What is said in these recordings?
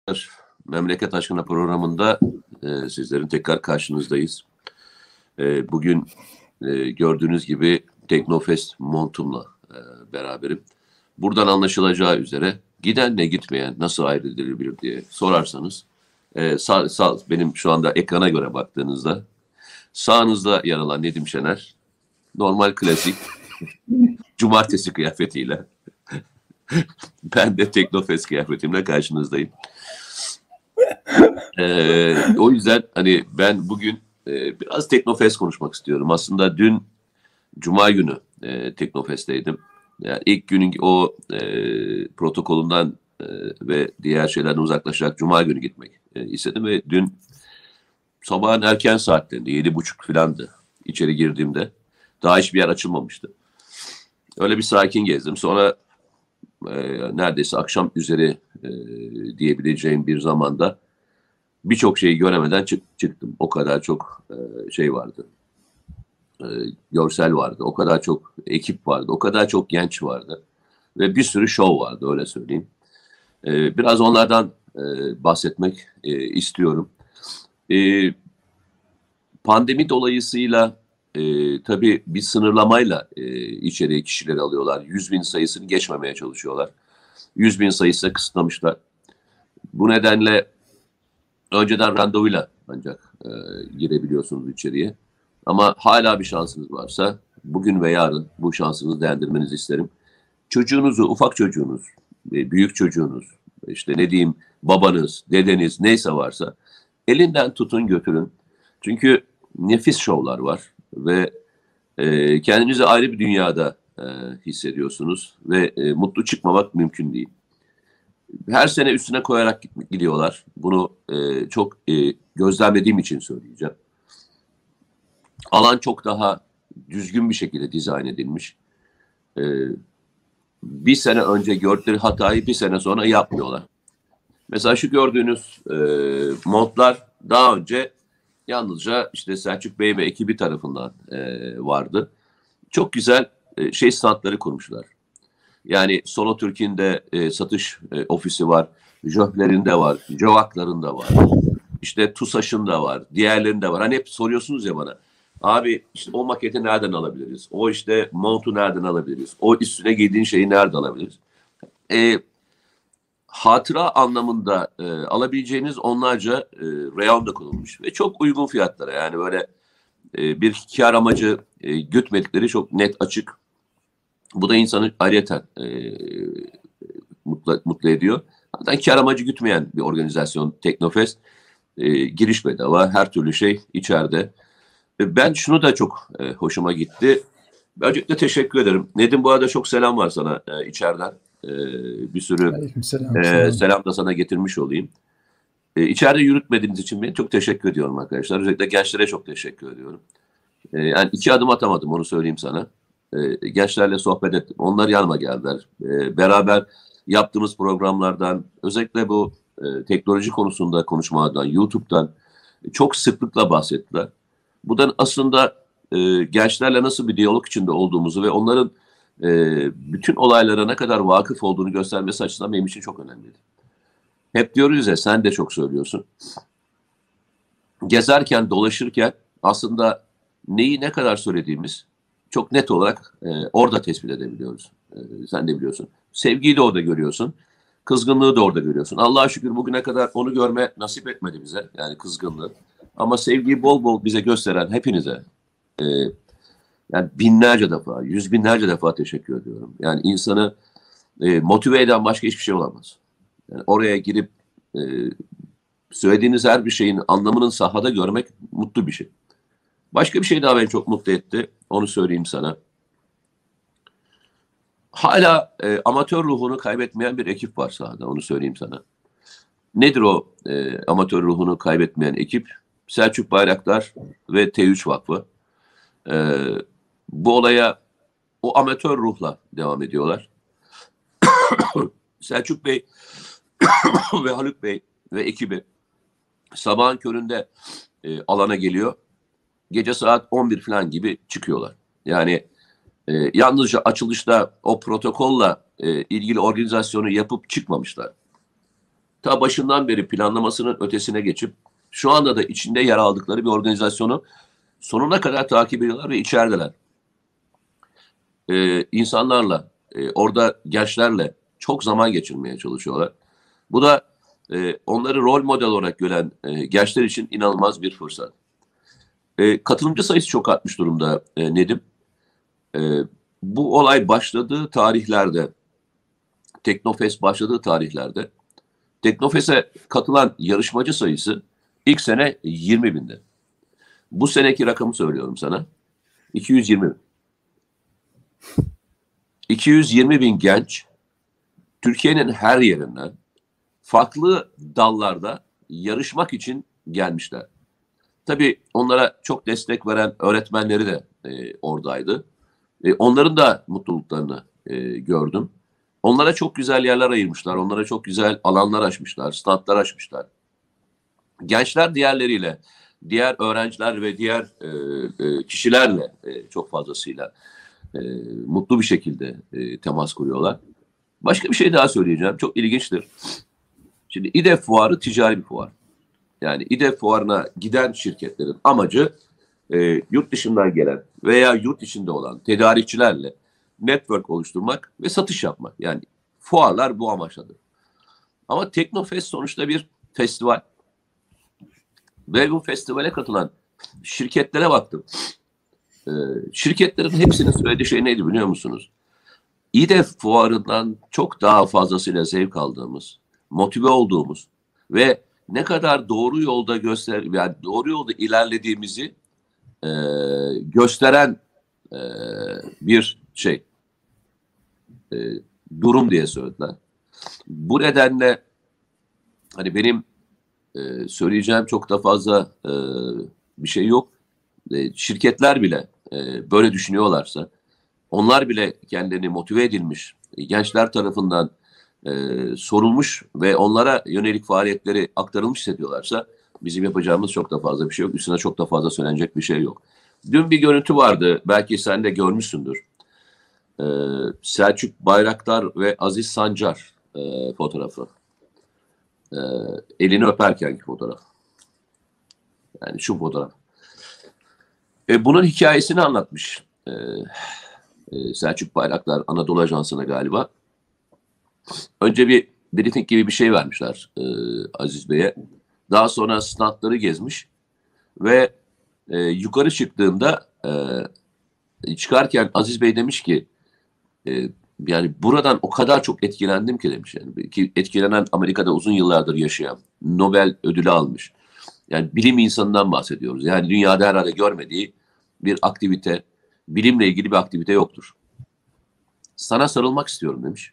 Memleket Aşkına programında sizlerin tekrar karşınızdayız. Bugün gördüğünüz gibi Teknofest montumla beraberim. Buradan anlaşılacağı üzere gidenle gitmeyen nasıl ayrılabilir diye sorarsanız benim şu anda ekrana göre baktığınızda sağınızda yer alan Nedim Şener normal klasik cumartesi kıyafetiyle ben de Teknofest kıyafetimle karşınızdayım. O yüzden hani ben bugün biraz Teknofest konuşmak istiyorum. Aslında dün Cuma günü Teknofest'teydim. Yani ilk günün o protokolünden ve diğer şeylerden uzaklaşarak Cuma günü gitmek istedim ve dün sabahın erken saatlerinde 7:30 filandı içeri girdiğimde. Daha hiçbir yer açılmamıştı. Öyle bir sakin gezdim. Sonra neredeyse akşam üzeri diyebileceğim bir zamanda birçok şeyi göremeden çıktım. O kadar çok şey vardı. Görsel vardı. O kadar çok ekip vardı. O kadar çok genç vardı. Ve bir sürü şov vardı, öyle söyleyeyim. Biraz onlardan bahsetmek istiyorum. Pandemi dolayısıyla tabii bir sınırlamayla içeriye kişileri alıyorlar. 100.000 sayısını geçmemeye çalışıyorlar. 100.000 sayısına kısıtlamışlar. Bu nedenle önceden randevuyla ancak girebiliyorsunuz içeriye. Ama hala bir şansınız varsa bugün ve yarın bu şansınızı değerlendirmenizi isterim. Çocuğunuzu, ufak çocuğunuz, büyük çocuğunuz, işte ne diyeyim babanız, dedeniz neyse varsa elinden tutun götürün. Çünkü nefis şovlar var ve kendinizi ayrı bir dünyada hissediyorsunuz ve mutlu çıkmamak mümkün değil. Her sene üstüne koyarak gidiyorlar. Bunu çok gözlemlediğim için söyleyeceğim. Alan çok daha düzgün bir şekilde dizayn edilmiş. Bir sene önce gördükleri hatayı bir sene sonra yapmıyorlar. Mesela şu gördüğünüz montlar daha önce yalnızca işte Selçuk Bey ve ekibi tarafından vardı. Çok güzel standları kurmuşlar. Yani Solo Türk'ün de satış ofisi var. Jöhler'in de var. Cevaklar'ın da var. İşte TUSAŞ'ın da var. Diğerlerinin de var. Hani hep soruyorsunuz ya bana. Abi işte o maketi nereden alabiliriz? O işte montu nereden alabiliriz? O üstüne giydiğin şeyi nereden alabiliriz? Hatıra anlamında alabileceğiniz onlarca reyon da konulmuş. Ve çok uygun fiyatlara. Yani böyle bir kar amacı gütmedikleri çok net açık. Bu da insanı ayrıyeten mutlu ediyor. Hatta kar amacı gütmeyen bir organizasyon Teknofest. Giriş bedava, her türlü şey içeride. Ben şunu da çok hoşuma gitti. Öncelikle teşekkür ederim. Nedim, bu arada çok selam var sana içeriden. Bir sürü selam da sana getirmiş olayım. İçeride yürütmediğiniz için beni çok teşekkür ediyorum arkadaşlar. Özellikle gençlere çok teşekkür ediyorum. Yani 2 adım atamadım, onu söyleyeyim sana. Gençlerle sohbet ettim. Onlar yanıma geldiler. Beraber yaptığımız programlardan, özellikle bu teknoloji konusunda konuşmalardan, YouTube'dan çok sıklıkla bahsettiler. Bu da aslında gençlerle nasıl bir diyalog içinde olduğumuzu ve onların bütün olaylara ne kadar vakıf olduğunu göstermesi açısından benim için çok önemliydi. Hep diyoruz ya, sen de çok söylüyorsun. Gezerken, dolaşırken aslında neyi ne kadar söylediğimiz çok net olarak orada tespit edebiliyoruz. Sen de biliyorsun. Sevgiyi de orada görüyorsun. Kızgınlığı da orada görüyorsun. Allah'a şükür bugüne kadar onu görme nasip etmedi bize. Yani kızgınlığı. Ama sevgiyi bol bol bize gösteren hepinize yani binlerce defa, yüz binlerce defa teşekkür ediyorum. Yani insanı motive eden başka hiçbir şey olamaz. Yani oraya girip söylediğiniz her bir şeyin anlamının sahada görmek mutlu bir şey. Başka bir şey daha beni çok mutlu etti. Onu söyleyeyim sana. Hala amatör ruhunu kaybetmeyen bir ekip var sahada. Onu söyleyeyim sana. Nedir o amatör ruhunu kaybetmeyen ekip? Selçuk Bayraktar ve T3 Vakfı. Bu olaya o amatör ruhla devam ediyorlar. Selçuk Bey ve Haluk Bey ve ekibi sabahın köründe alana geliyor. Gece saat 11 falan gibi çıkıyorlar. Yani yalnızca açılışta o protokolla ilgili organizasyonu yapıp çıkmamışlar. ta başından beri planlamasının ötesine geçip şu anda da içinde yer aldıkları bir organizasyonu sonuna kadar takip ediyorlar ve içerideler. İnsanlarla, orada gençlerle çok zaman geçirmeye çalışıyorlar. Bu da onları rol model olarak gören gençler için inanılmaz bir fırsat. Katılımcı sayısı çok artmış durumda Nedim. Bu olay başladığı tarihlerde, Teknofest başladığı tarihlerde, Teknofest'e katılan yarışmacı sayısı ilk sene 20 bindi. Bu seneki rakamı söylüyorum sana. 220 bin. 220 bin genç Türkiye'nin her yerinden farklı dallarda yarışmak için gelmişler. Tabii onlara çok destek veren öğretmenleri de oradaydı. Onların da mutluluklarını gördüm. Onlara çok güzel yerler ayırmışlar. Onlara çok güzel alanlar açmışlar. Standlar açmışlar. Gençler diğerleriyle, diğer öğrenciler ve diğer kişilerle çok fazlasıyla mutlu bir şekilde temas kuruyorlar. Başka bir şey daha söyleyeceğim. Çok ilginçtir. Şimdi İDEF fuarı ticari bir fuar. Yani İDEF fuarına giden şirketlerin amacı yurt dışından gelen veya yurt içinde olan tedarikçilerle network oluşturmak ve satış yapmak. Yani fuarlar bu amaçladır. Ama Teknofest sonuçta bir festival. Ve bu festivale katılan şirketlere baktım. Şirketlerin hepsinin söylediği şey neydi biliyor musunuz? İDEF fuarından çok daha fazlasıyla zevk aldığımız, motive olduğumuz ve ne kadar doğru yolda yani doğru yolda ilerlediğimizi gösteren bir şey, durum diye söylediler. Bu nedenle hani benim söyleyeceğim çok da fazla bir şey yok. Şirketler bile böyle düşünüyorlarsa, onlar bile kendilerini motive edilmiş, gençler tarafından sorulmuş ve onlara yönelik faaliyetleri aktarılmış hissediyorlarsa bizim yapacağımız çok da fazla bir şey yok. Üstüne çok da fazla söylenecek bir şey yok. Dün bir görüntü vardı. Belki sen de görmüşsündür. Selçuk Bayraktar ve Aziz Sancar fotoğrafı. Elini öperkenki fotoğraf. Yani şu fotoğraf. Bunun hikayesini anlatmış Selçuk Bayraktar Anadolu Ajansı'na galiba. Önce bir briefing gibi bir şey vermişler Aziz Bey'e. Daha sonra standları gezmiş ve yukarı çıktığında çıkarken Aziz Bey demiş ki yani buradan o kadar çok etkilendim ki demiş. Yani ki etkilenen Amerika'da uzun yıllardır yaşayan, Nobel ödülü almış. Yani bilim insanından bahsediyoruz. Yani dünyada herhalde görmediği bir aktivite, bilimle ilgili bir aktivite yoktur. Sana sarılmak istiyorum demiş.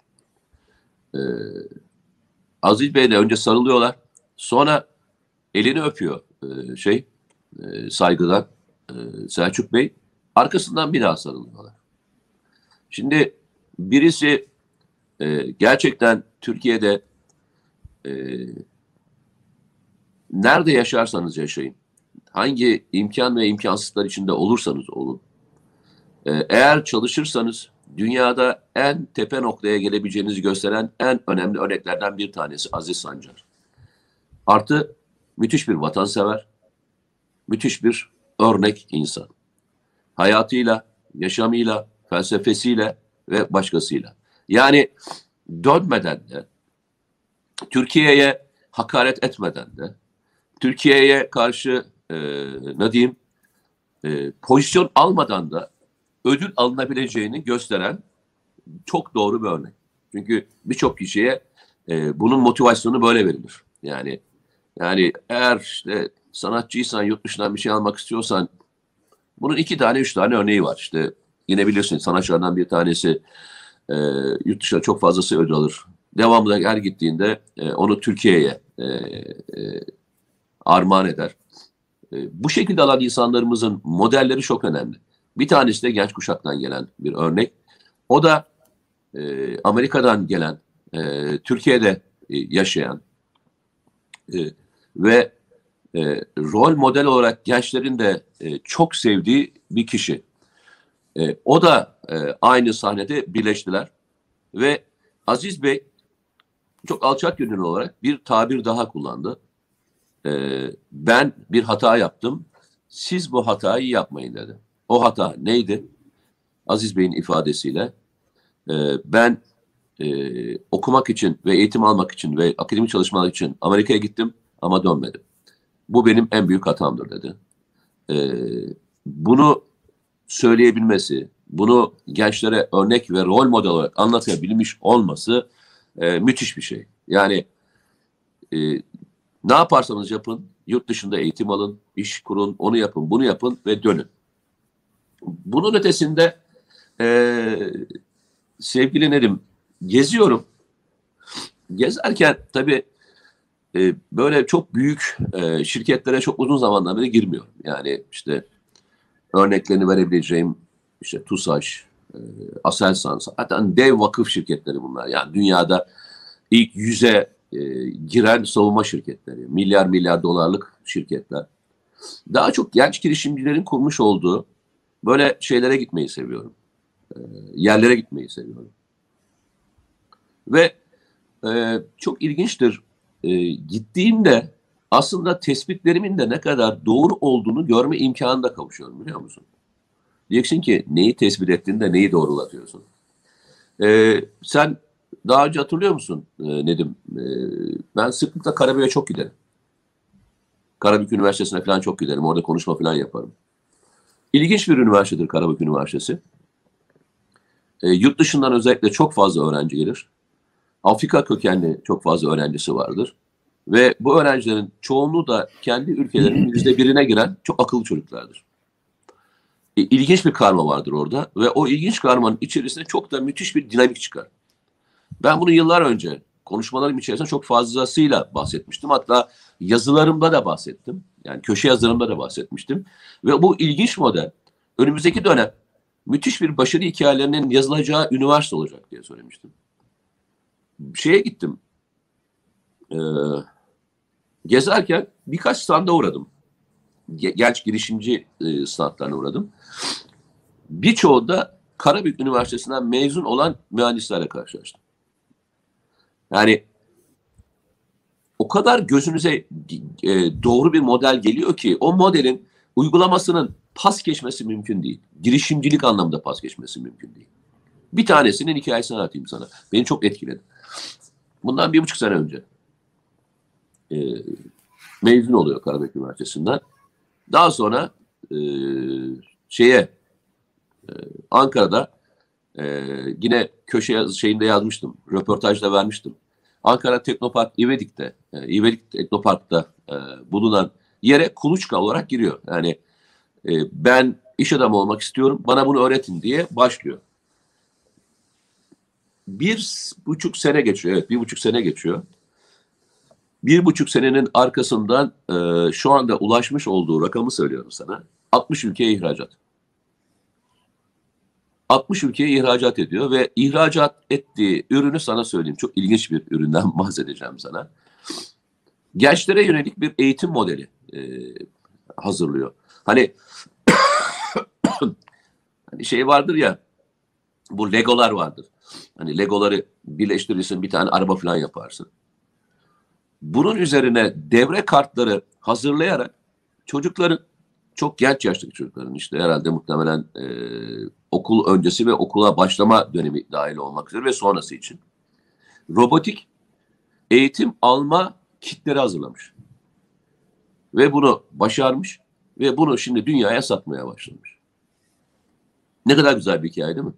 Aziz Bey de önce sarılıyorlar. Sonra elini öpüyor saygıdan Selçuk Bey. Arkasından bir daha sarılıyorlar. Şimdi birisi gerçekten Türkiye'de nerede yaşarsanız yaşayın, hangi imkan ve imkansızlar içinde olursanız olun, eğer çalışırsanız dünyada en tepe noktaya gelebileceğinizi gösteren en önemli örneklerden bir tanesi Aziz Sancar. Artı müthiş bir vatansever, müthiş bir örnek insan. Hayatıyla, yaşamıyla, felsefesiyle ve başkasıyla. Yani dönmeden de, Türkiye'ye hakaret etmeden de, Türkiye'ye karşı pozisyon almadan da ödül alınabileceğini gösteren çok doğru bir örnek. Çünkü birçok kişiye bunun motivasyonu böyle verilir. Yani eğer işte sanatçıysan, yurt dışından bir şey almak istiyorsan bunun 2 tane 3 tane örneği var. İşte yine biliyorsun sanatçılardan bir tanesi yurt dışına çok fazlası ödül alır. Devamlı her gittiğinde onu Türkiye'ye armağan eder. Bu şekilde alan insanlarımızın modelleri çok önemli. Bir tanesi de genç kuşaktan gelen bir örnek. O da Amerika'dan gelen, Türkiye'de yaşayan ve rol model olarak gençlerin de çok sevdiği bir kişi. O da aynı sahnede birleştiler ve Aziz Bey çok alçak gönüllü olarak bir tabir daha kullandı. Ben bir hata yaptım. Siz bu hatayı yapmayın dedi. O hata neydi? Aziz Bey'in ifadesiyle ben okumak için ve eğitim almak için ve akademik çalışmalar için Amerika'ya gittim ama dönmedim. Bu benim en büyük hatamdır dedi. Bunu söyleyebilmesi, bunu gençlere örnek ve rol model olarak anlatabilmiş olması müthiş bir şey. Yani ne yaparsanız yapın, yurt dışında eğitim alın, iş kurun, onu yapın, bunu yapın ve dönün. Bunun ötesinde sevgili Nedim, geziyorum. Gezerken tabii böyle çok büyük şirketlere çok uzun zamandan beri girmiyorum. Yani işte örneklerini verebileceğim işte TUSAŞ, Aselsan, zaten dev vakıf şirketleri bunlar. Yani dünyada ilk 100'e giren savunma şirketleri, milyar milyar dolarlık şirketler. Daha çok genç girişimcilerin kurmuş olduğu böyle şeylere gitmeyi seviyorum. Yerlere gitmeyi seviyorum. Ve çok ilginçtir. Gittiğimde aslında tespitlerimin de ne kadar doğru olduğunu görme imkanına kavuşuyorum, biliyor musun? Diyeceksin ki neyi tespit ettin de neyi doğrulatıyorsun? Sen daha önce hatırlıyor musun Nedim? Ben sıklıkla Karabük'e çok giderim. Karabük Üniversitesi'ne falan çok giderim. Orada konuşma falan yaparım. İlginç bir üniversitedir Karabük Üniversitesi. Yurt dışından özellikle çok fazla öğrenci gelir. Afrika kökenli çok fazla öğrencisi vardır. Ve bu öğrencilerin çoğunluğu da kendi ülkelerinin %1'ine giren çok akıllı çocuklardır. İlginç bir karma vardır orada ve o ilginç karmanın içerisinde çok da müthiş bir dinamik çıkar. Ben bunu yıllar önce konuşmalarım içerisinde çok fazlasıyla bahsetmiştim. Hatta yazılarımda da bahsettim. Yani köşe yazılarımda da bahsetmiştim. Ve bu ilginç model önümüzdeki dönem müthiş bir başarı hikayelerinin yazılacağı üniversite olacak diye söylemiştim. Şeye gittim. Gezerken birkaç standa uğradım. Genç girişimci standlarına uğradım. Birçoğu da Karabük Üniversitesi'nden mezun olan mühendislerle karşılaştım. Yani o kadar gözünüze doğru bir model geliyor ki o modelin uygulamasının pas geçmesi mümkün değil. Girişimcilik anlamında pas geçmesi mümkün değil. Bir tanesinin hikayesini anlatayım sana. Beni çok etkiledi. Bundan 1,5 sene önce mezun oluyor Karabük Üniversitesi'nden. Daha sonra Ankara'da yine köşe şeyinde yazmıştım. Röportajda vermiştim. Ankara Teknopark İvedik'te, İvedik Teknopark'ta bulunan yere kuluçka olarak giriyor. Yani ben iş adamı olmak istiyorum, bana bunu öğretin diye başlıyor. 1,5 sene geçiyor. Evet, 1,5 sene geçiyor. 1,5 senenin arkasından şu anda ulaşmış olduğu rakamı söylüyorum sana. 60 ülkeye ihracat. 60 ülkeye ihracat ediyor ve ihracat ettiği ürünü sana söyleyeyim. Çok ilginç bir üründen bahsedeceğim sana. Gençlere yönelik bir eğitim modeli hazırlıyor. Hani şey vardır ya, bu Legolar vardır. Hani Legoları birleştirirsin, bir tane araba falan yaparsın. Bunun üzerine devre kartları hazırlayarak çocukların, çok genç yaştaki çocukların, işte herhalde muhtemelen okul öncesi ve okula başlama dönemi dahil olmak üzere ve sonrası için robotik eğitim alma kitleri hazırlamış. Ve bunu başarmış ve bunu şimdi dünyaya satmaya başlamış. Ne kadar güzel bir hikaye değil mi?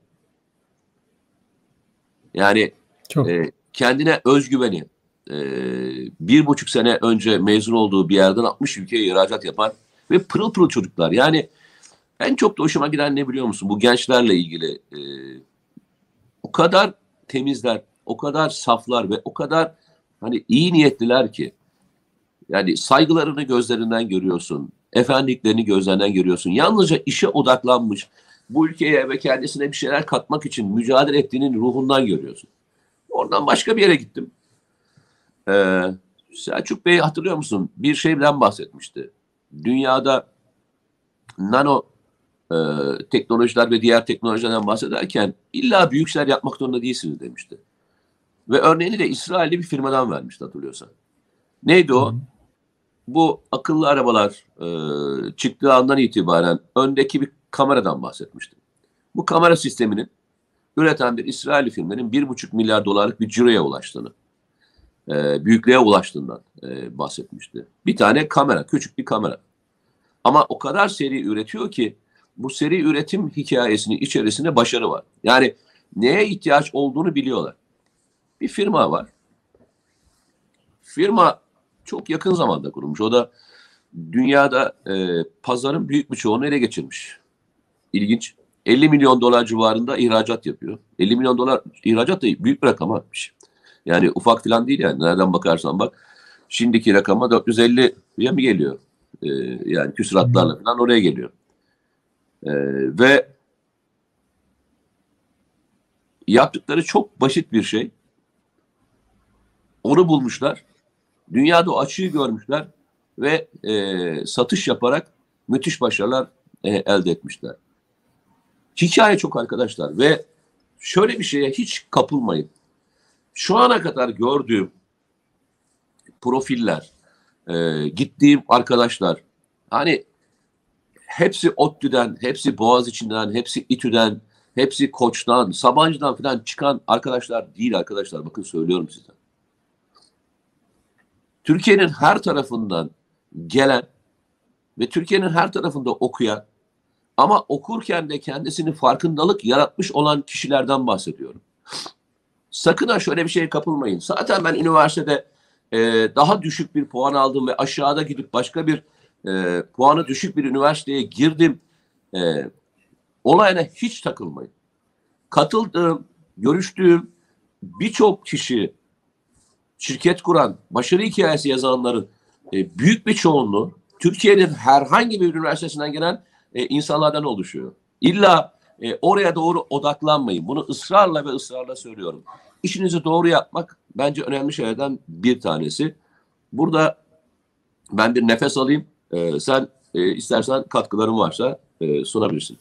Yani kendine özgüveni, 1,5 sene önce mezun olduğu bir yerden 60 ülkeye ihracat yapan ve pırıl pırıl çocuklar. Yani en çok da hoşuma giden ne biliyor musun? Bu gençlerle ilgili o kadar temizler, o kadar saflar ve o kadar hani iyi niyetliler ki. Yani saygılarını gözlerinden görüyorsun, efendiliklerini gözlerinden görüyorsun. Yalnızca işe odaklanmış, bu ülkeye ve kendisine bir şeyler katmak için mücadele ettiğinin ruhundan görüyorsun. Oradan başka bir yere gittim. Selçuk Bey hatırlıyor musun? Bir şeyden bahsetmişti. Dünyada nano teknolojiler ve diğer teknolojilerden bahsederken illa büyük şeyler yapmak zorunda değilsiniz demişti. Ve örneğini de İsrail'li bir firmadan vermişti, hatırlıyorsan. Neydi Hı o? hı. Bu akıllı arabalar çıktığı andan itibaren öndeki bir kameradan bahsetmiştim. Bu kamera sisteminin üreten bir İsrailli firmanın 1,5 milyar dolarlık bir ciroya ulaştığını, büyüklüğe ulaştığından bahsetmişti. Bir tane kamera, küçük bir kamera. Ama o kadar seri üretiyor ki bu seri üretim hikayesinin içerisinde başarı var. Yani neye ihtiyaç olduğunu biliyorlar. Bir firma var. Firma çok yakın zamanda kurulmuş. O da dünyada pazarın büyük bir çoğunu ele geçirmiş. İlginç. 50 milyon dolar civarında ihracat yapıyor. 50 milyon dolar ihracat da büyük bir rakam atmış. Yani ufak falan değil yani. Nereden bakarsan bak. Şimdiki rakama 450'ye mi geliyor? Yani Hı hı. küsuratlarla falan oraya geliyor. Ve yaptıkları çok basit bir şey. Onu bulmuşlar. Dünyada o açığı görmüşler ve satış yaparak müthiş başarılar elde etmişler. Hikaye çok arkadaşlar ve şöyle bir şeye hiç kapılmayın. Şu ana kadar gördüğüm profiller, gittiğim arkadaşlar, hani hepsi ODTÜ'den, hepsi Boğaziçi'nden, hepsi İTÜ'den, hepsi Koç'tan, Sabancı'dan falan çıkan arkadaşlar değil arkadaşlar. Bakın söylüyorum size. Türkiye'nin her tarafından gelen ve Türkiye'nin her tarafında okuyan ama okurken de kendisini farkındalık yaratmış olan kişilerden bahsediyorum. Sakın ha şöyle bir şeye kapılmayın. Zaten ben üniversitede daha düşük bir puan aldım ve aşağıda gidip başka bir puanı düşük bir üniversiteye girdim. Olayına hiç takılmayın. Katıldığım, görüştüğüm birçok kişi, şirket kuran, başarı hikayesi yazanların büyük bir çoğunluğu Türkiye'nin herhangi bir üniversitesinden gelen insanlardan oluşuyor. İlla oraya doğru odaklanmayın. Bunu ısrarla ve ısrarla söylüyorum. İşinizi doğru yapmak bence önemli şeylerden bir tanesi. Burada ben bir nefes alayım. Sen istersen katkıların varsa sunabilirsin.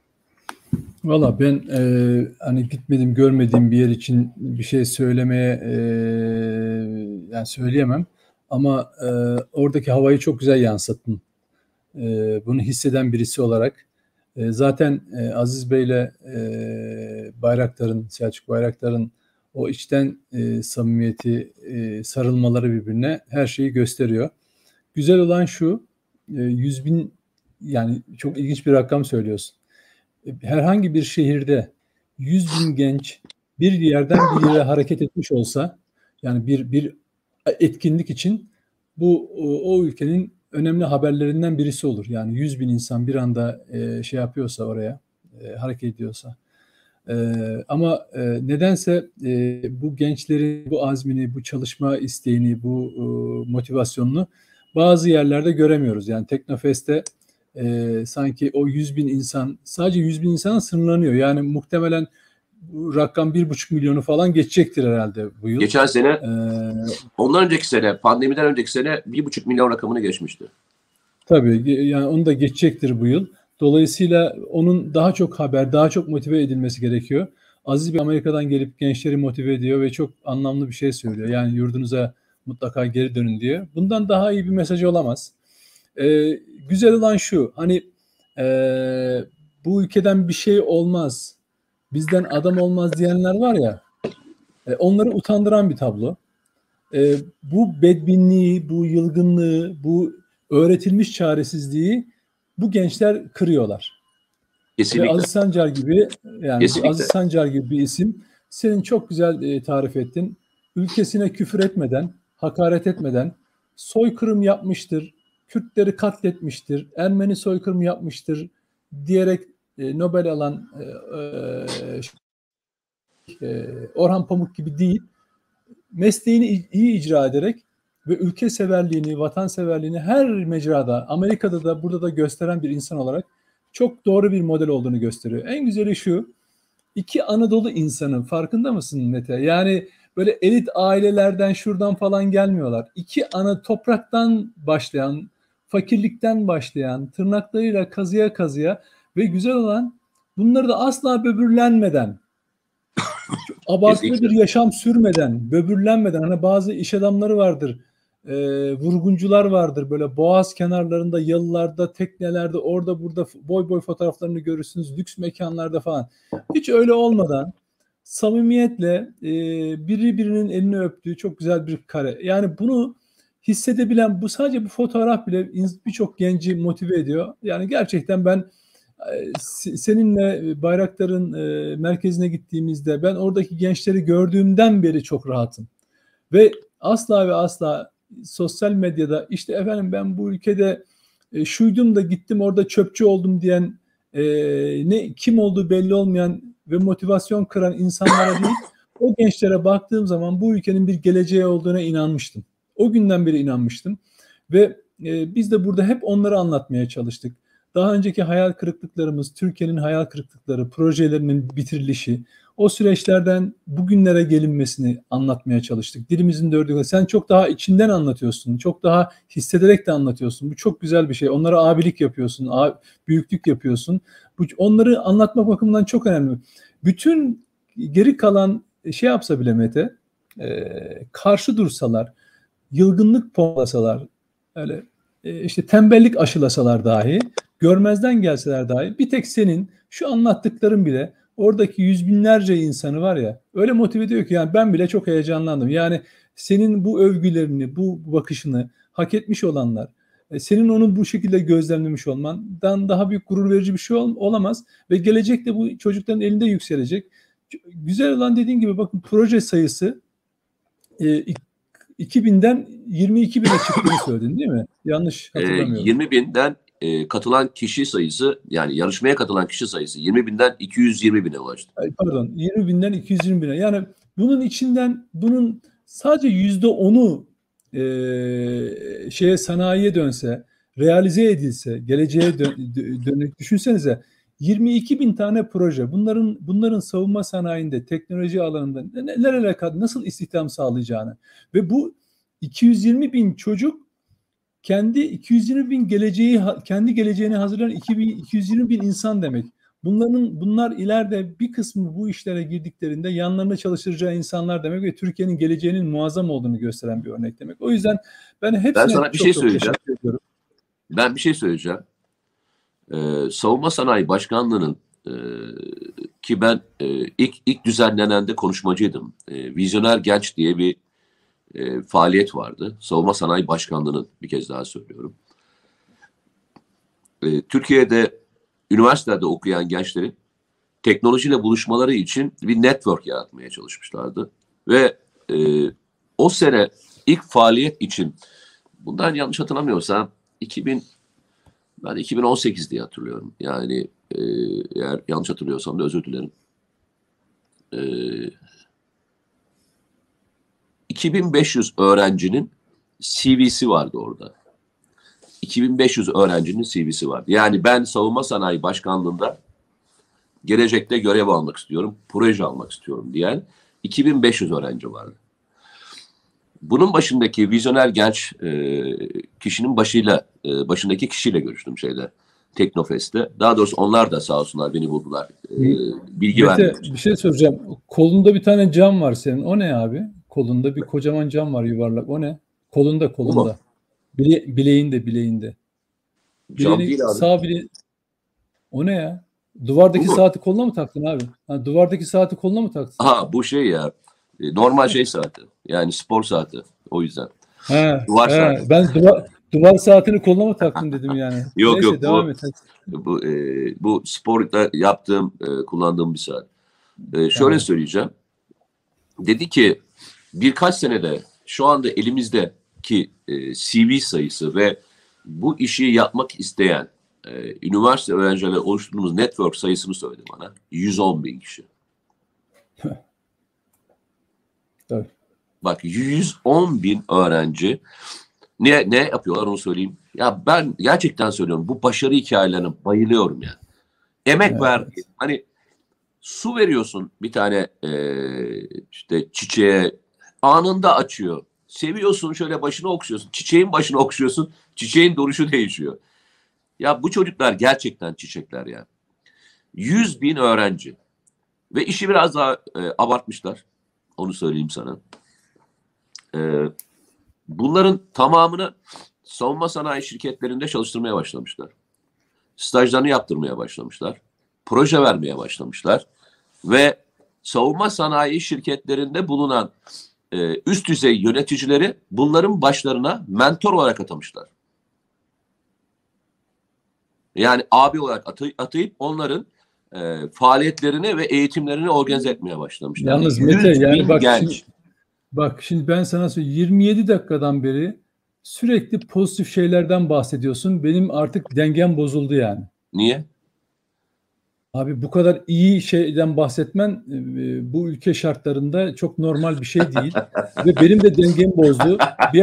Valla ben hani gitmedim, görmediğim bir yer için bir şey söylemeye yani söyleyemem. Ama oradaki havayı çok güzel yansıttın. Bunu hisseden birisi olarak. Zaten Aziz Bey'le Bayraktar'ın, Selçuk Bayraktar'ın o içten samimiyeti, sarılmaları birbirine her şeyi gösteriyor. Güzel olan şu, 100 bin, yani çok ilginç bir rakam söylüyorsun. Herhangi bir şehirde 100 bin genç bir yerden bir yere hareket etmiş olsa, yani bir etkinlik için bu o ülkenin önemli haberlerinden birisi olur. Yani 100 bin insan bir anda şey yapıyorsa oraya, hareket ediyorsa. Ama nedense bu gençlerin bu azmini, bu çalışma isteğini, bu motivasyonunu bazı yerlerde göremiyoruz. Yani Teknofest'te sanki o 100 bin insan, sadece 100 bin insana sınırlanıyor. Yani muhtemelen bu rakam 1,5 milyonu falan geçecektir herhalde bu yıl. Geçen sene, ondan önceki sene, pandemiden önceki sene 1,5 milyon rakamını geçmişti. Tabii yani onu da geçecektir bu yıl. Dolayısıyla onun daha çok haber, daha çok motive edilmesi gerekiyor. Aziz Bey Amerika'dan gelip gençleri motive ediyor ve çok anlamlı bir şey söylüyor. Yani yurdunuza mutlaka geri dönün diye. Bundan daha iyi bir mesaj olamaz. Güzel olan şu, hani bu ülkeden bir şey olmaz, bizden adam olmaz diyenler var ya, onları utandıran bir tablo. Bu bedbinliği, bu yılgınlığı, bu öğretilmiş çaresizliği bu gençler kırıyorlar. Ve Kesinlikle. Aziz Sancar gibi, yani Kesinlikle. Aziz Sancar gibi bir isim senin çok güzel tarif ettin. Ülkesine küfür etmeden, hakaret etmeden soykırım yapmıştır, Kürtleri katletmiştir, Ermeni soykırımı yapmıştır diyerek Nobel alan Orhan Pamuk gibi değil, mesleğini iyi icra ederek ve ülke severliğini, vatanseverliğini her mecrada, Amerika'da da burada da gösteren bir insan olarak çok doğru bir model olduğunu gösteriyor. En güzeli şu, iki Anadolu insanı, farkında mısın Mete? Yani böyle elit ailelerden şuradan falan gelmiyorlar. İki ana topraktan başlayan, fakirlikten başlayan, tırnaklarıyla kazıya kazıya ve güzel olan, bunları da asla böbürlenmeden abartılı Kesinlikle. bir yaşam sürmeden, böbürlenmeden, hani bazı iş adamları vardır, vurguncular vardır, böyle boğaz kenarlarında, yalılarda, teknelerde, orada burada boy boy fotoğraflarını görürsünüz, lüks mekanlarda falan. Hiç öyle olmadan samimiyetle biri birinin elini öptüğü çok güzel bir kare. Yani bunu hissedebilen, bu sadece bu fotoğraf bile birçok genci motive ediyor. Yani gerçekten ben seninle Bayraktar'ın merkezine gittiğimizde ben oradaki gençleri gördüğümden beri çok rahatım. Ve asla ve asla sosyal medyada işte efendim ben bu ülkede şuydum da gittim orada çöpçü oldum diyen, ne kim olduğu belli olmayan ve motivasyon kıran insanlara değil, o gençlere baktığım zaman bu ülkenin bir geleceği olduğuna inanmıştım. O günden beri inanmıştım ve biz de burada hep onları anlatmaya çalıştık. Daha önceki hayal kırıklıklarımız, Türkiye'nin hayal kırıklıkları, projelerinin bitirilişi, o süreçlerden bugünlere gelinmesini anlatmaya çalıştık. Dilimizin dördüğü. Sen çok daha içinden anlatıyorsun. Çok daha hissederek de anlatıyorsun. Bu çok güzel bir şey. Onlara abilik yapıyorsun. Büyüklük yapıyorsun. Onları anlatmak bakımından çok önemli. Bütün geri kalan şey yapsa bile Mete, karşı dursalar, yılgınlık pompalasalar, öyle işte tembellik aşılasalar dahi, görmezden gelseler dahi bir tek senin şu anlattıkların bile oradaki yüz binlerce insanı var ya öyle motive ediyor ki yani ben bile çok heyecanlandım. Yani senin bu övgülerini, bu bakışını hak etmiş olanlar, senin onu bu şekilde gözlemlemiş olmandan daha büyük gurur verici bir şey olamaz ve gelecekte bu çocukların elinde yükselecek. Güzel olan dediğin gibi bakın proje sayısı 2000'den 22 bine çıktığını söyledin değil mi? Yanlış hatırlamıyorum. 20 binden katılan kişi sayısı, yani yarışmaya katılan kişi sayısı 20 binden 220 bine ulaştı. Pardon, 20 binden 220 bine. Yani bunun içinden bunun sadece %10'u sanayiye dönse, realize edilse, geleceğe dönük düşünsenize 22 bin tane proje. Bunların savunma sanayinde, teknoloji alanında nerelere kadar nasıl istihdam sağlayacağını ve bu 220 bin çocuk kendi 220 bin kendi geleceğini hazırlayan 220 bin insan demek. Bunlar ileride bir kısmı bu işlere girdiklerinde yanlarında çalıştıracağı insanlar demek ve Türkiye'nin geleceğinin muazzam olduğunu gösteren bir örnek demek. O yüzden ben hepsine sana bir çok şey çok söyleyeceğim. teşekkür ediyorum. Ben bir şey söyleyeceğim. Savunma Sanayi Başkanlığı'nın ki ben ilk düzenlenende konuşmacıydım. Vizyoner Genç diye bir faaliyet vardı. Savunma Sanayi Başkanlığı'nın, bir kez daha söylüyorum. Türkiye'de üniversitede okuyan gençlerin teknolojiyle buluşmaları için bir network yaratmaya çalışmışlardı. Ve o sene ilk faaliyet için, bundan yanlış hatırlamıyorsam 2018 diye hatırlıyorum. Yani eğer yanlış hatırlıyorsam da özür dilerim. 2500 öğrencinin CV'si vardı orada. 2500 öğrencinin CV'si vardı. Yani ben Savunma Sanayi Başkanlığı'nda gelecekte görev almak istiyorum, proje almak istiyorum diyen 2500 öğrenci vardı. Bunun başındaki vizyoner genç kişinin başındaki kişiyle görüştüm Teknofest'te. Daha doğrusu onlar da sağ olsunlar beni buldular. Bilgi vermek için. Bir şey soracağım. Kolunda bir tane cam var senin. O ne abi? Kolunda bir kocaman cam var yuvarlak. O ne? Kolunda. Bileğinde. Cam değil abi. Sağ bileğin. O ne ya? Duvardaki saati koluna mı taktın abi? Ha, duvardaki saati koluna mı taktın? Ha, bu ya. Normal saati. Yani spor saati. O yüzden. Duvar saati. Ben duvar saatini koluna mı taktın dedim yani. Yok, devam et. Bu sporda yaptığım, kullandığım bir saat. Şöyle söyleyeceğim. Dedi ki birkaç senede şu anda elimizdeki CV sayısı ve bu işi yapmak isteyen üniversite öğrencileri oluşturduğumuz network sayısını söyledi bana. 110 bin kişi. Tabii. Bak, 110 bin öğrenci ne yapıyorlar onu söyleyeyim. Ya ben gerçekten söylüyorum, bu başarı hikayelerine bayılıyorum ya. Emek ver. Hani su veriyorsun bir tane işte çiçeğe, anında açıyor. Seviyorsun, şöyle başını okşuyorsun. Çiçeğin başını okşuyorsun. Çiçeğin duruşu değişiyor. Ya bu çocuklar gerçekten çiçekler ya. 100 bin öğrenci. Ve işi biraz daha abartmışlar. Onu söyleyeyim sana. Bunların tamamını savunma sanayi şirketlerinde çalıştırmaya başlamışlar. Stajlarını yaptırmaya başlamışlar. Proje vermeye başlamışlar. Ve savunma sanayi şirketlerinde bulunan üst düzey yöneticileri bunların başlarına mentor olarak atamışlar. Yani abi olarak atayıp onların faaliyetlerini ve eğitimlerini organize etmeye başlamışlar. Yalnız Mete, yani bak şimdi ben sana söyleyeyim, 27 dakikadan beri sürekli pozitif şeylerden bahsediyorsun. Benim artık dengem bozuldu yani. Niye? Abi bu kadar iyi şeyden bahsetmen bu ülke şartlarında çok normal bir şey değil ve benim de dengemi bozdu.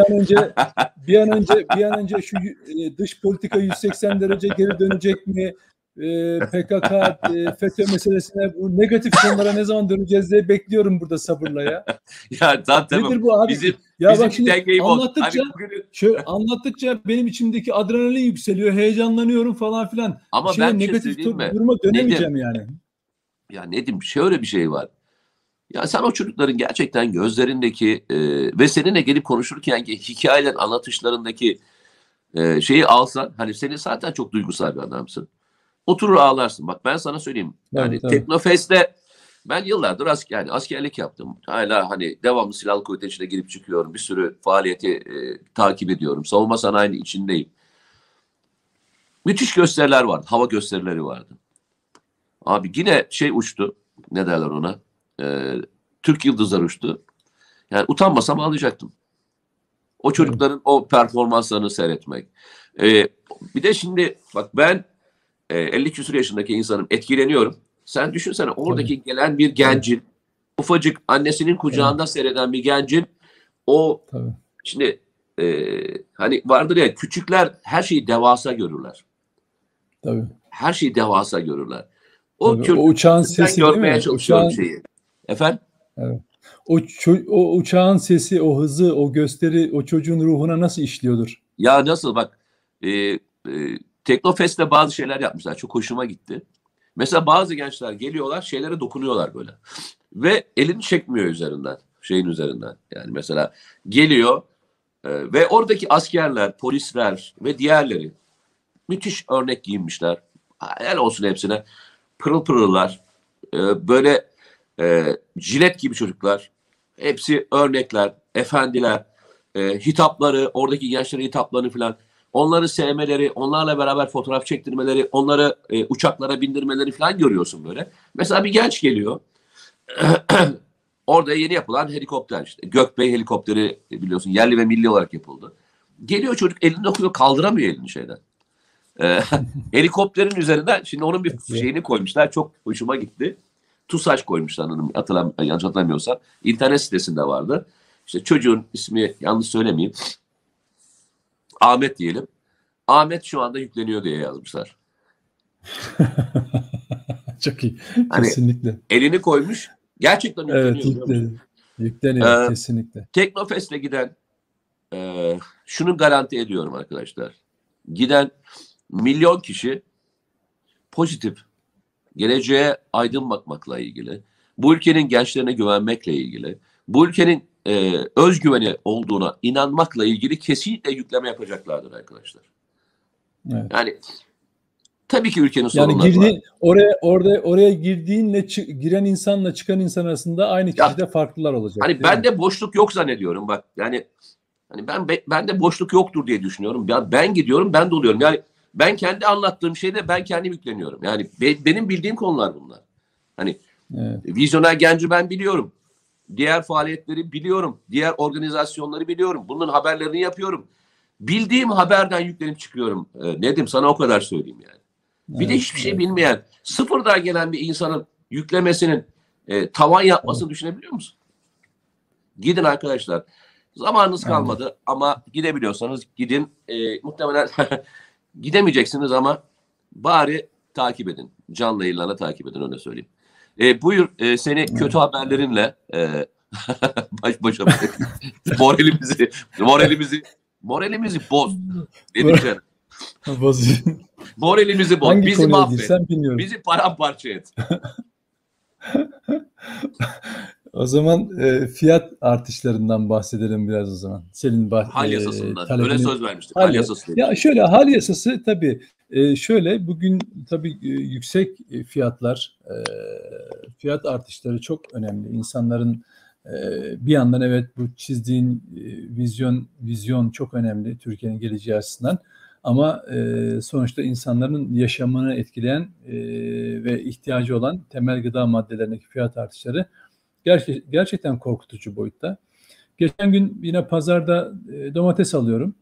Bir an önce şu dış politika 180 derece geri dönecek mi? PKK, FETÖ meselesine, bu negatif konulara ne zaman döneceğiz diye bekliyorum burada sabırla ya. Ya tamam. Nedir bu abi? Bizim Bak şimdi anlattıkça, hani anlattıkça benim içimdeki adrenalin yükseliyor, heyecanlanıyorum falan filan. Ama ben negatif duruma dönemeyeceğim yani. Ya Nedim, şöyle bir şey var. Ya sen o çocukların gerçekten gözlerindeki ve seninle gelip konuşurkenki hikayelerin anlatışlarındaki şeyi alsan, hani senin zaten çok duygusal bir adamsın. Oturur ağlarsın. Bak ben sana söyleyeyim. Yani Evet. Teknofest'te ben yıllardır askerlik yaptım. Hala hani devamlı silahlı kuvvetin içine girip çıkıyorum. Bir sürü faaliyeti takip ediyorum. Savunma sanayinin içindeyim. Müthiş gösteriler vardı. Hava gösterileri vardı. Abi yine uçtu. Ne derler ona? Türk yıldızları uçtu. Yani utanmasam ağlayacaktım. O çocukların o performanslarını seyretmek. Bir de şimdi bak ben 50 küsur yaşındaki insanım, etkileniyorum. Sen düşünsene oradaki gelen bir gencin, ufacık annesinin kucağında seyreden bir gencin şimdi hani vardır ya, küçükler her şeyi devasa görürler. Tabii. Her şeyi devasa görürler. O uçağın sesi görmeye değil mi? çalışıyorum şeyi. Efendim? Evet. O uçağın sesi, o hızı, o gösteri o çocuğun ruhuna nasıl işliyordur? Ya nasıl bak, Teknofest'te bazı şeyler yapmışlar. Çok hoşuma gitti. Mesela bazı gençler geliyorlar, şeylere dokunuyorlar böyle. Ve elini çekmiyor üzerinden. Şeyin üzerinden. Yani mesela geliyor ve oradaki askerler, polisler ve diğerleri müthiş örnek giyinmişler. Helal olsun hepsine. Pırıl pırıllar. Böyle jilet gibi çocuklar. Hepsi örnekler, efendiler. Hitapları, oradaki gençlerin hitaplarını falan. Onları sevmeleri, onlarla beraber fotoğraf çektirmeleri, onları uçaklara bindirmeleri falan görüyorsun böyle. Mesela bir genç geliyor. Orada yeni yapılan helikopter işte. Gökbey helikopteri biliyorsun, yerli ve milli olarak yapıldı. Geliyor çocuk, elini dokuyor, kaldıramıyor elini şeyden. Helikopterin üzerinden, şimdi onun bir şeyini koymuşlar. Çok hoşuma gitti. TUSAŞ koymuşlar, yanlış hatırlamıyorsam. İnternet sitesinde vardı. İşte çocuğun ismi, yanlış söylemeyeyim, Ahmet diyelim. Ahmet şu anda yükleniyor diye yazmışlar. Çok iyi. Hani kesinlikle. Elini koymuş. Gerçekten yükleniyor. Evet, yükleniyor kesinlikle. Teknofest'e giden şunu garanti ediyorum arkadaşlar. Giden milyon kişi pozitif, geleceğe aydın bakmakla ilgili, bu ülkenin gençlerine güvenmekle ilgili, bu ülkenin özgüveni olduğuna inanmakla ilgili kesinlikle yükleme yapacaklardır arkadaşlar. Evet. Yani tabii ki ülkenin sorunları var. Oraya girdiğinle giren insanla çıkan insan arasında aynı kişide farklılar olacak. Hani bende boşluk yok zannediyorum bak. Yani hani bende boşluk yoktur diye düşünüyorum. Ya ben gidiyorum, ben doluyorum. Yani ben kendi anlattığım şeyde ben kendim yükleniyorum. Yani benim bildiğim konular bunlar. Hani vizyoner genci ben biliyorum. Diğer faaliyetleri biliyorum. Diğer organizasyonları biliyorum. Bunun haberlerini yapıyorum. Bildiğim haberden yüklenip çıkıyorum. Nedim, sana o kadar söyleyeyim yani. Bir de hiçbir şey bilmeyen, sıfırdan gelen bir insanın yüklemesinin tavan yapmasını düşünebiliyor musun? Gidin arkadaşlar. Zamanınız kalmadı ama gidebiliyorsanız gidin. Muhtemelen gidemeyeceksiniz ama bari takip edin. Canlı yayınlarla takip edin, öyle söyleyeyim. Buyur, seni kötü haberlerinle baş başa moralimizi boz. Bozuyor. Moralimizi boz. Hangi Bizi mahvet. Bizi paramparça et. O zaman fiyat artışlarından bahsedelim biraz o zaman. Senin Hal yasasından. Öyle talebini söz vermiştik. Hal yasası ya demiştik. şöyle hal yasası tabii şöyle bugün tabii yüksek fiyatlar fiyat artışları çok önemli. İnsanların bir yandan evet bu çizdiğin vizyon çok önemli Türkiye'nin geleceği açısından. Ama sonuçta insanların yaşamını etkileyen ve ihtiyacı olan temel gıda maddelerindeki fiyat artışları gerçekten korkutucu boyutta. Geçen gün yine pazarda domates alıyorum.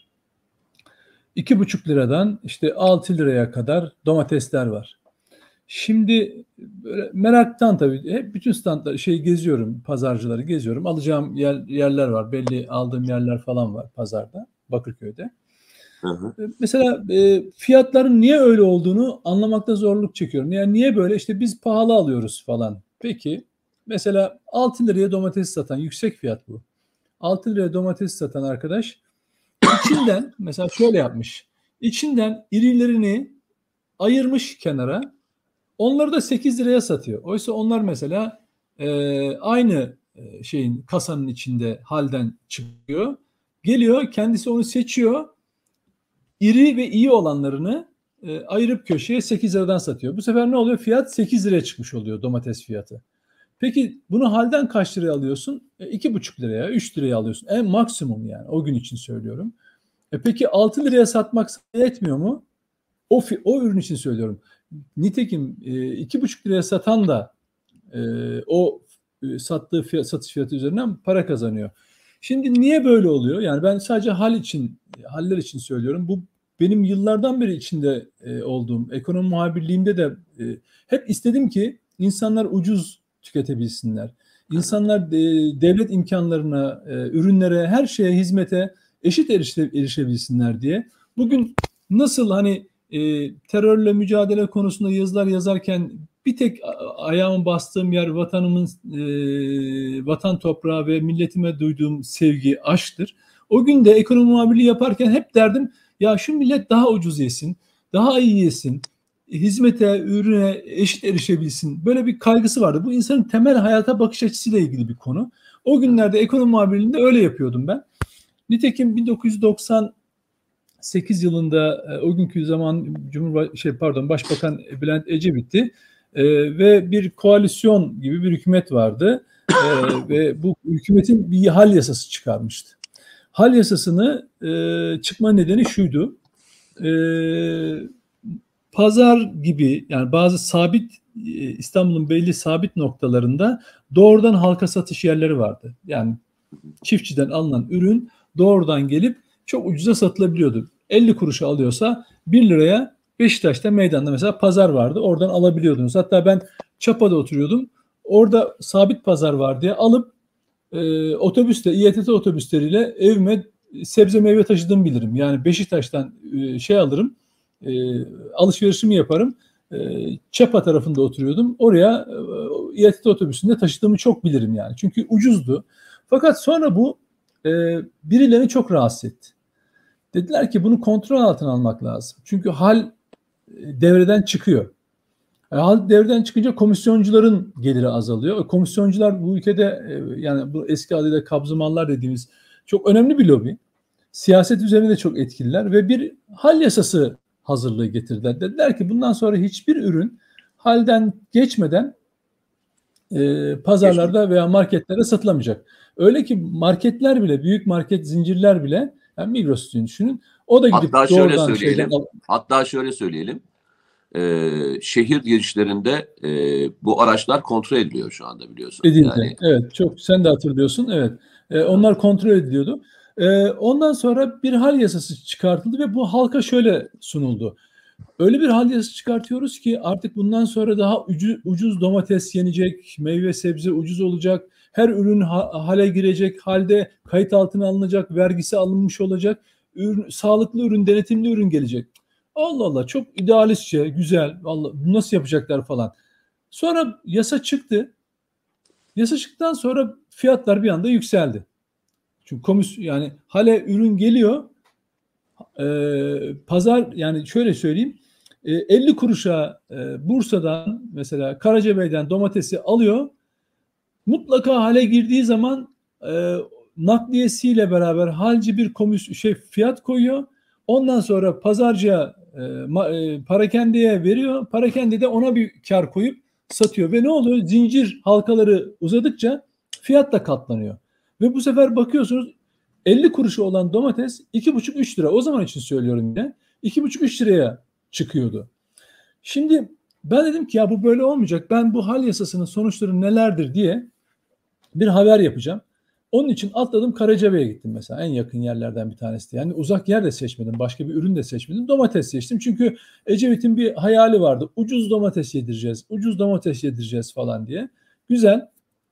2,5 liradan işte 6 liraya kadar domatesler var. Şimdi böyle meraktan tabii hep bütün standları geziyorum, pazarcıları geziyorum. Alacağım yerler var. Belli aldığım yerler falan var pazarda, Bakırköy'de. Hı hı. Mesela fiyatların niye öyle olduğunu anlamakta zorluk çekiyorum. Yani niye böyle? İşte biz pahalı alıyoruz falan. Peki mesela 6 liraya domates satan yüksek fiyat bu. 6 liraya domates satan arkadaş içinden mesela şöyle yapmış. İçinden irilerini ayırmış kenara. Onları da 8 liraya satıyor. Oysa onlar mesela aynı şeyin kasanın içinde halden çıkıyor. Geliyor kendisi onu seçiyor. İri ve iyi olanlarını ayırıp köşeye 8 liradan satıyor. Bu sefer ne oluyor? Fiyat 8 liraya çıkmış oluyor domates fiyatı. Peki bunu halden kaç liraya alıyorsun? 2,5 liraya, 3 liraya alıyorsun. En maksimum yani o gün için söylüyorum. Peki 6 liraya satmak yetmiyor mu? O ürün için söylüyorum. Nitekim 2,5 liraya satan da o sattığı satış fiyatı üzerinden para kazanıyor. Şimdi niye böyle oluyor? Yani ben sadece haller için söylüyorum. Bu benim yıllardan beri içinde olduğum ekonomi muhabirliğimde de hep istedim ki insanlar ucuz tüketebilsinler. Evet. İnsanlar devlet imkanlarına, ürünlere, her şeye, hizmete eşit erişebilsinler diye. Bugün nasıl hani terörle mücadele konusunda yazılar yazarken bir tek ayağımı bastığım yer vatanımın, vatan toprağı ve milletime duyduğum sevgi, aşktır. O gün de ekonomi muhabirliği yaparken hep derdim ya şu millet daha ucuz yesin, daha iyi yesin, hizmete, ürüne eşit erişebilsin. Böyle bir kaygısı vardı. Bu insanın temel hayata bakış açısıyla ilgili bir konu. O günlerde ekonomi muhabirliğinde öyle yapıyordum ben. Nitekim 1998 yılında o günkü zaman Başbakan Bülent Ecevit'ti ve bir koalisyon gibi bir hükümet vardı ve bu hükümetin bir hal yasası çıkarmıştı. Hal yasasını çıkma nedeni şuydu. E, Pazar gibi yani bazı sabit İstanbul'un belli sabit noktalarında doğrudan halka satış yerleri vardı. Yani çiftçiden alınan ürün doğrudan gelip çok ucuza satılabiliyordu. 50 kuruşa alıyorsa 1 liraya Beşiktaş'ta meydanda mesela pazar vardı. Oradan alabiliyordunuz. Hatta ben Çapa'da oturuyordum. Orada sabit pazar var diye alıp otobüsle, İETT otobüsleriyle evime sebze meyve taşıdığımı bilirim. Yani Beşiktaş'tan alırım, alışverişimi yaparım. Çapa tarafında oturuyordum. Oraya İETT otobüsünde taşıdığımı çok bilirim yani. Çünkü ucuzdu. Fakat sonra bu birilerini çok rahatsız etti. Dediler ki bunu kontrol altına almak lazım. Çünkü hal devreden çıkıyor. Hal devreden çıkınca komisyoncuların geliri azalıyor. Komisyoncular bu ülkede yani bu eski adıyla kabzımallar dediğimiz çok önemli bir lobi. Siyaset üzerine de çok etkililer ve bir hal yasası hazırlığı getirdiler. Dediler ki bundan sonra hiçbir ürün halden geçmeden Geçmiyor. pazarlarda veya marketlerde satılamayacak. Öyle ki marketler bile, büyük market zincirler bile, yani Migros'u düşünün, o da gidip Hatta şöyle doğrudan söyleyelim. Hatta şöyle söyleyelim. Şehir girişlerinde bu araçlar kontrol ediliyor şu anda biliyorsun. edildi. Yani Evet, çok sen de hatırlıyorsun. Evet, onlar kontrol ediliyordu. Ondan sonra bir hal yasası çıkartıldı ve bu halka şöyle sunuldu. Öyle bir hal yasası çıkartıyoruz ki artık bundan sonra daha ucuz domates yenecek, meyve sebze ucuz olacak, her ürün hale girecek, halde kayıt altına alınacak, vergisi alınmış olacak, sağlıklı ürün, denetimli ürün gelecek. Allah Allah çok idealistçe, güzel, Allah, nasıl yapacaklar falan. Sonra yasa çıktı. Yasa çıktıktan sonra fiyatlar bir anda yükseldi. Çünkü yani hale ürün geliyor, pazar yani şöyle söyleyeyim. 50 kuruşa Bursa'dan mesela Karacabey'den domatesi alıyor. Mutlaka hale girdiği zaman nakliyesiyle beraber halci bir fiyat koyuyor. Ondan sonra pazarcıya parakendeye veriyor. Parakende de ona bir kar koyup satıyor ve ne oluyor? Zincir halkaları uzadıkça fiyat da katlanıyor. Ve bu sefer bakıyorsunuz 50 kuruşu olan domates 2,5-3 lira. O zaman için söylüyorum yine. 2,5-3 liraya çıkıyordu. Şimdi ben dedim ki ya bu böyle olmayacak. Ben bu hal yasasının sonuçları nelerdir diye bir haber yapacağım. Onun için atladım Karacabey'e gittim mesela. En yakın yerlerden bir tanesi. Yani uzak yer de seçmedim. Başka bir ürün de seçmedim. Domates seçtim. Çünkü Ecevit'in bir hayali vardı. Ucuz domates yedireceğiz. Ucuz domates yedireceğiz falan diye. Güzel.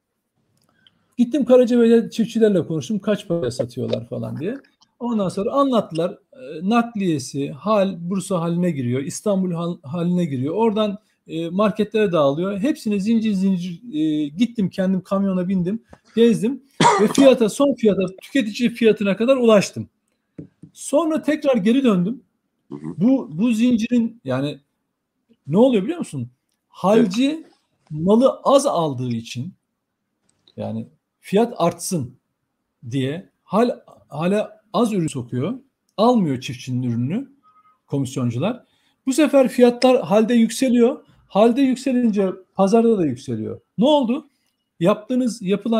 Gittim Karacabey'de çiftçilerle konuştum. Kaç paraya satıyorlar falan diye. Ondan sonra anlattılar. Nakliyesi, Bursa haline giriyor. İstanbul haline giriyor. Oradan marketlere dağılıyor. Hepsini zincir zincir gittim, kendim kamyona bindim, gezdim ve son fiyata, tüketici fiyatına kadar ulaştım. Sonra tekrar geri döndüm. Bu zincirin yani ne oluyor biliyor musun? Halci malı az aldığı için yani fiyat artsın diye hala az ürün sokuyor. Almıyor çiftçinin ürünü komisyoncular. Bu sefer fiyatlar halde yükseliyor. Halde yükselince pazarda da yükseliyor. Ne oldu? Yapılan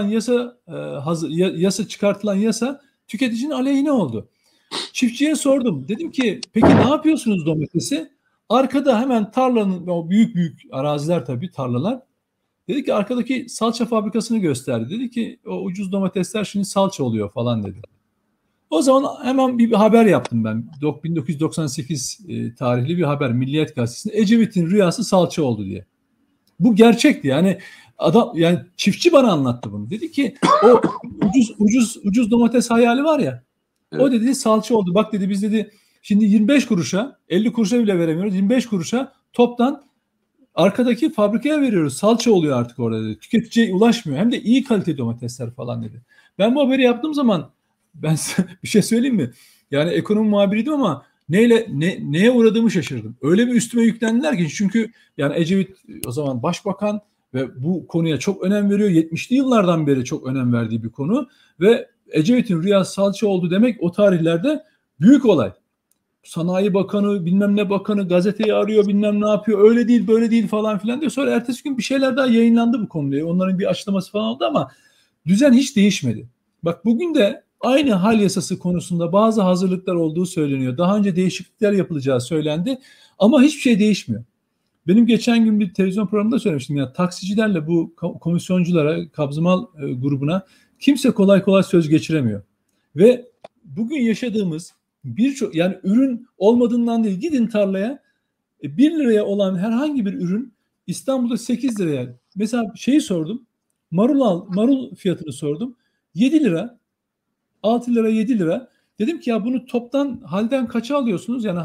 yasa çıkartılan yasa tüketicinin aleyhine oldu. Çiftçiye sordum. Dedim ki peki ne yapıyorsunuz domatesi? Arkada hemen tarlanın o büyük araziler tabii tarlalar. Dedi ki arkadaki salça fabrikasını gösterdi. Dedi ki o ucuz domatesler şimdi salça oluyor falan dedi. O zaman hemen bir haber yaptım ben. 1998 tarihli bir haber Milliyet Gazetesi'nde Ecevit'in rüyası salça oldu diye. Bu gerçekti yani yani çiftçi bana anlattı bunu. Dedi ki o ucuz domates hayali var ya. Evet. O dedi salça oldu. Bak dedi biz dedi şimdi 25 kuruşa 50 kuruşa bile veremiyoruz. 25 kuruşa toptan arkadaki fabrikaya veriyoruz. Salça oluyor artık orada dedi. Tüketiciye ulaşmıyor. Hem de iyi kalite domatesler falan dedi. Ben bu haberi yaptığım zaman ben size bir şey söyleyeyim mi? Yani ekonomi muhabiriydim ama neye uğradığımı şaşırdım. Öyle bir üstüme yüklendiler ki çünkü yani Ecevit o zaman başbakan ve bu konuya çok önem veriyor. 70'li yıllardan beri çok önem verdiği bir konu ve Ecevit'in rüyası salça oldu demek o tarihlerde büyük olay. Sanayi Bakanı, bilmem ne bakanı gazeteyi arıyor, bilmem ne yapıyor. Öyle değil, böyle değil falan filan diyor. Sonra ertesi gün bir şeyler daha yayınlandı bu konuda. Onların bir açıklaması falan oldu ama düzen hiç değişmedi. Bak bugün de aynı hal yasası konusunda bazı hazırlıklar olduğu söyleniyor. Daha önce değişiklikler yapılacağı söylendi ama hiçbir şey değişmiyor. Benim geçen gün bir televizyon programında söylemiştim ya taksicilerle bu komisyonculara, kabzımal grubuna kimse kolay kolay söz geçiremiyor. Ve bugün yaşadığımız birçok yani ürün olmadığından değil gidin tarlaya 1 liraya olan herhangi bir ürün İstanbul'da 8 liraya. Mesela şeyi sordum. Marul fiyatını sordum. 7 lira. 6 lira 7 lira. Dedim ki ya bunu toptan halden kaça alıyorsunuz? Yani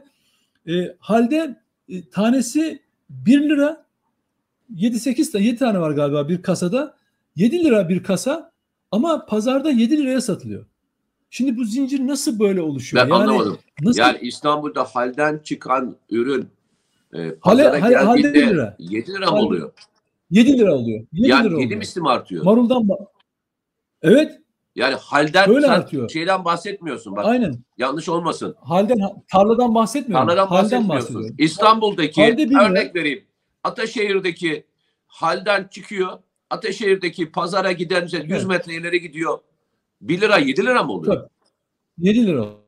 halde tanesi 1 lira 7 tane var galiba bir kasada. 7 lira bir kasa ama pazarda 7 liraya satılıyor. Şimdi bu zincir nasıl böyle oluşuyor? Ben anlamadım. Nasıl? Yani İstanbul'da halden çıkan ürün pazara geldiğinde 7 lira mı oluyor? 7 lira oluyor. 7 yani lira 7 misli mi artıyor? Maruldan evet. Yani halden öyle sen artıyor. Şeyden bahsetmiyorsun. Bak, aynen. Yanlış olmasın. Tarladan bahsetmiyorum. Tarladan halden bahsetmiyorsun. İstanbul'daki örnek vereyim. Ataşehir'deki halden çıkıyor. Ataşehir'deki pazara giden 100 metre ileri gidiyor. 1 lira 7 lira mı oluyor? Tabii. 7 lira oluyor.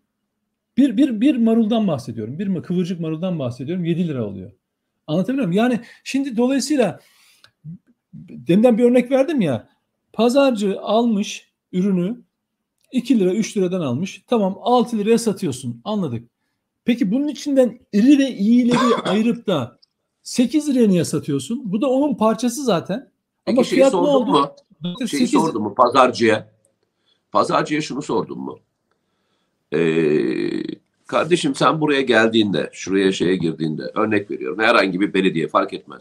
Bir maruldan bahsediyorum. Bir kıvırcık maruldan bahsediyorum. 7 lira oluyor. Anlatabiliyor muyum? Yani şimdi dolayısıyla deminden bir örnek verdim ya. Pazarcı almış ürünü 2 lira 3 liradan almış. Tamam 6 liraya satıyorsun. Anladık. Peki bunun içinden iri ve iyileri ayırıp da 8 liraya niye satıyorsun? Bu da onun parçası zaten. Peki ama fiyat ne oldu? Sordum mu pazarcıya? Pazarcıya şunu sordum mu? Kardeşim sen buraya geldiğinde, şuraya girdiğinde, örnek veriyorum, herhangi bir belediye fark etmez.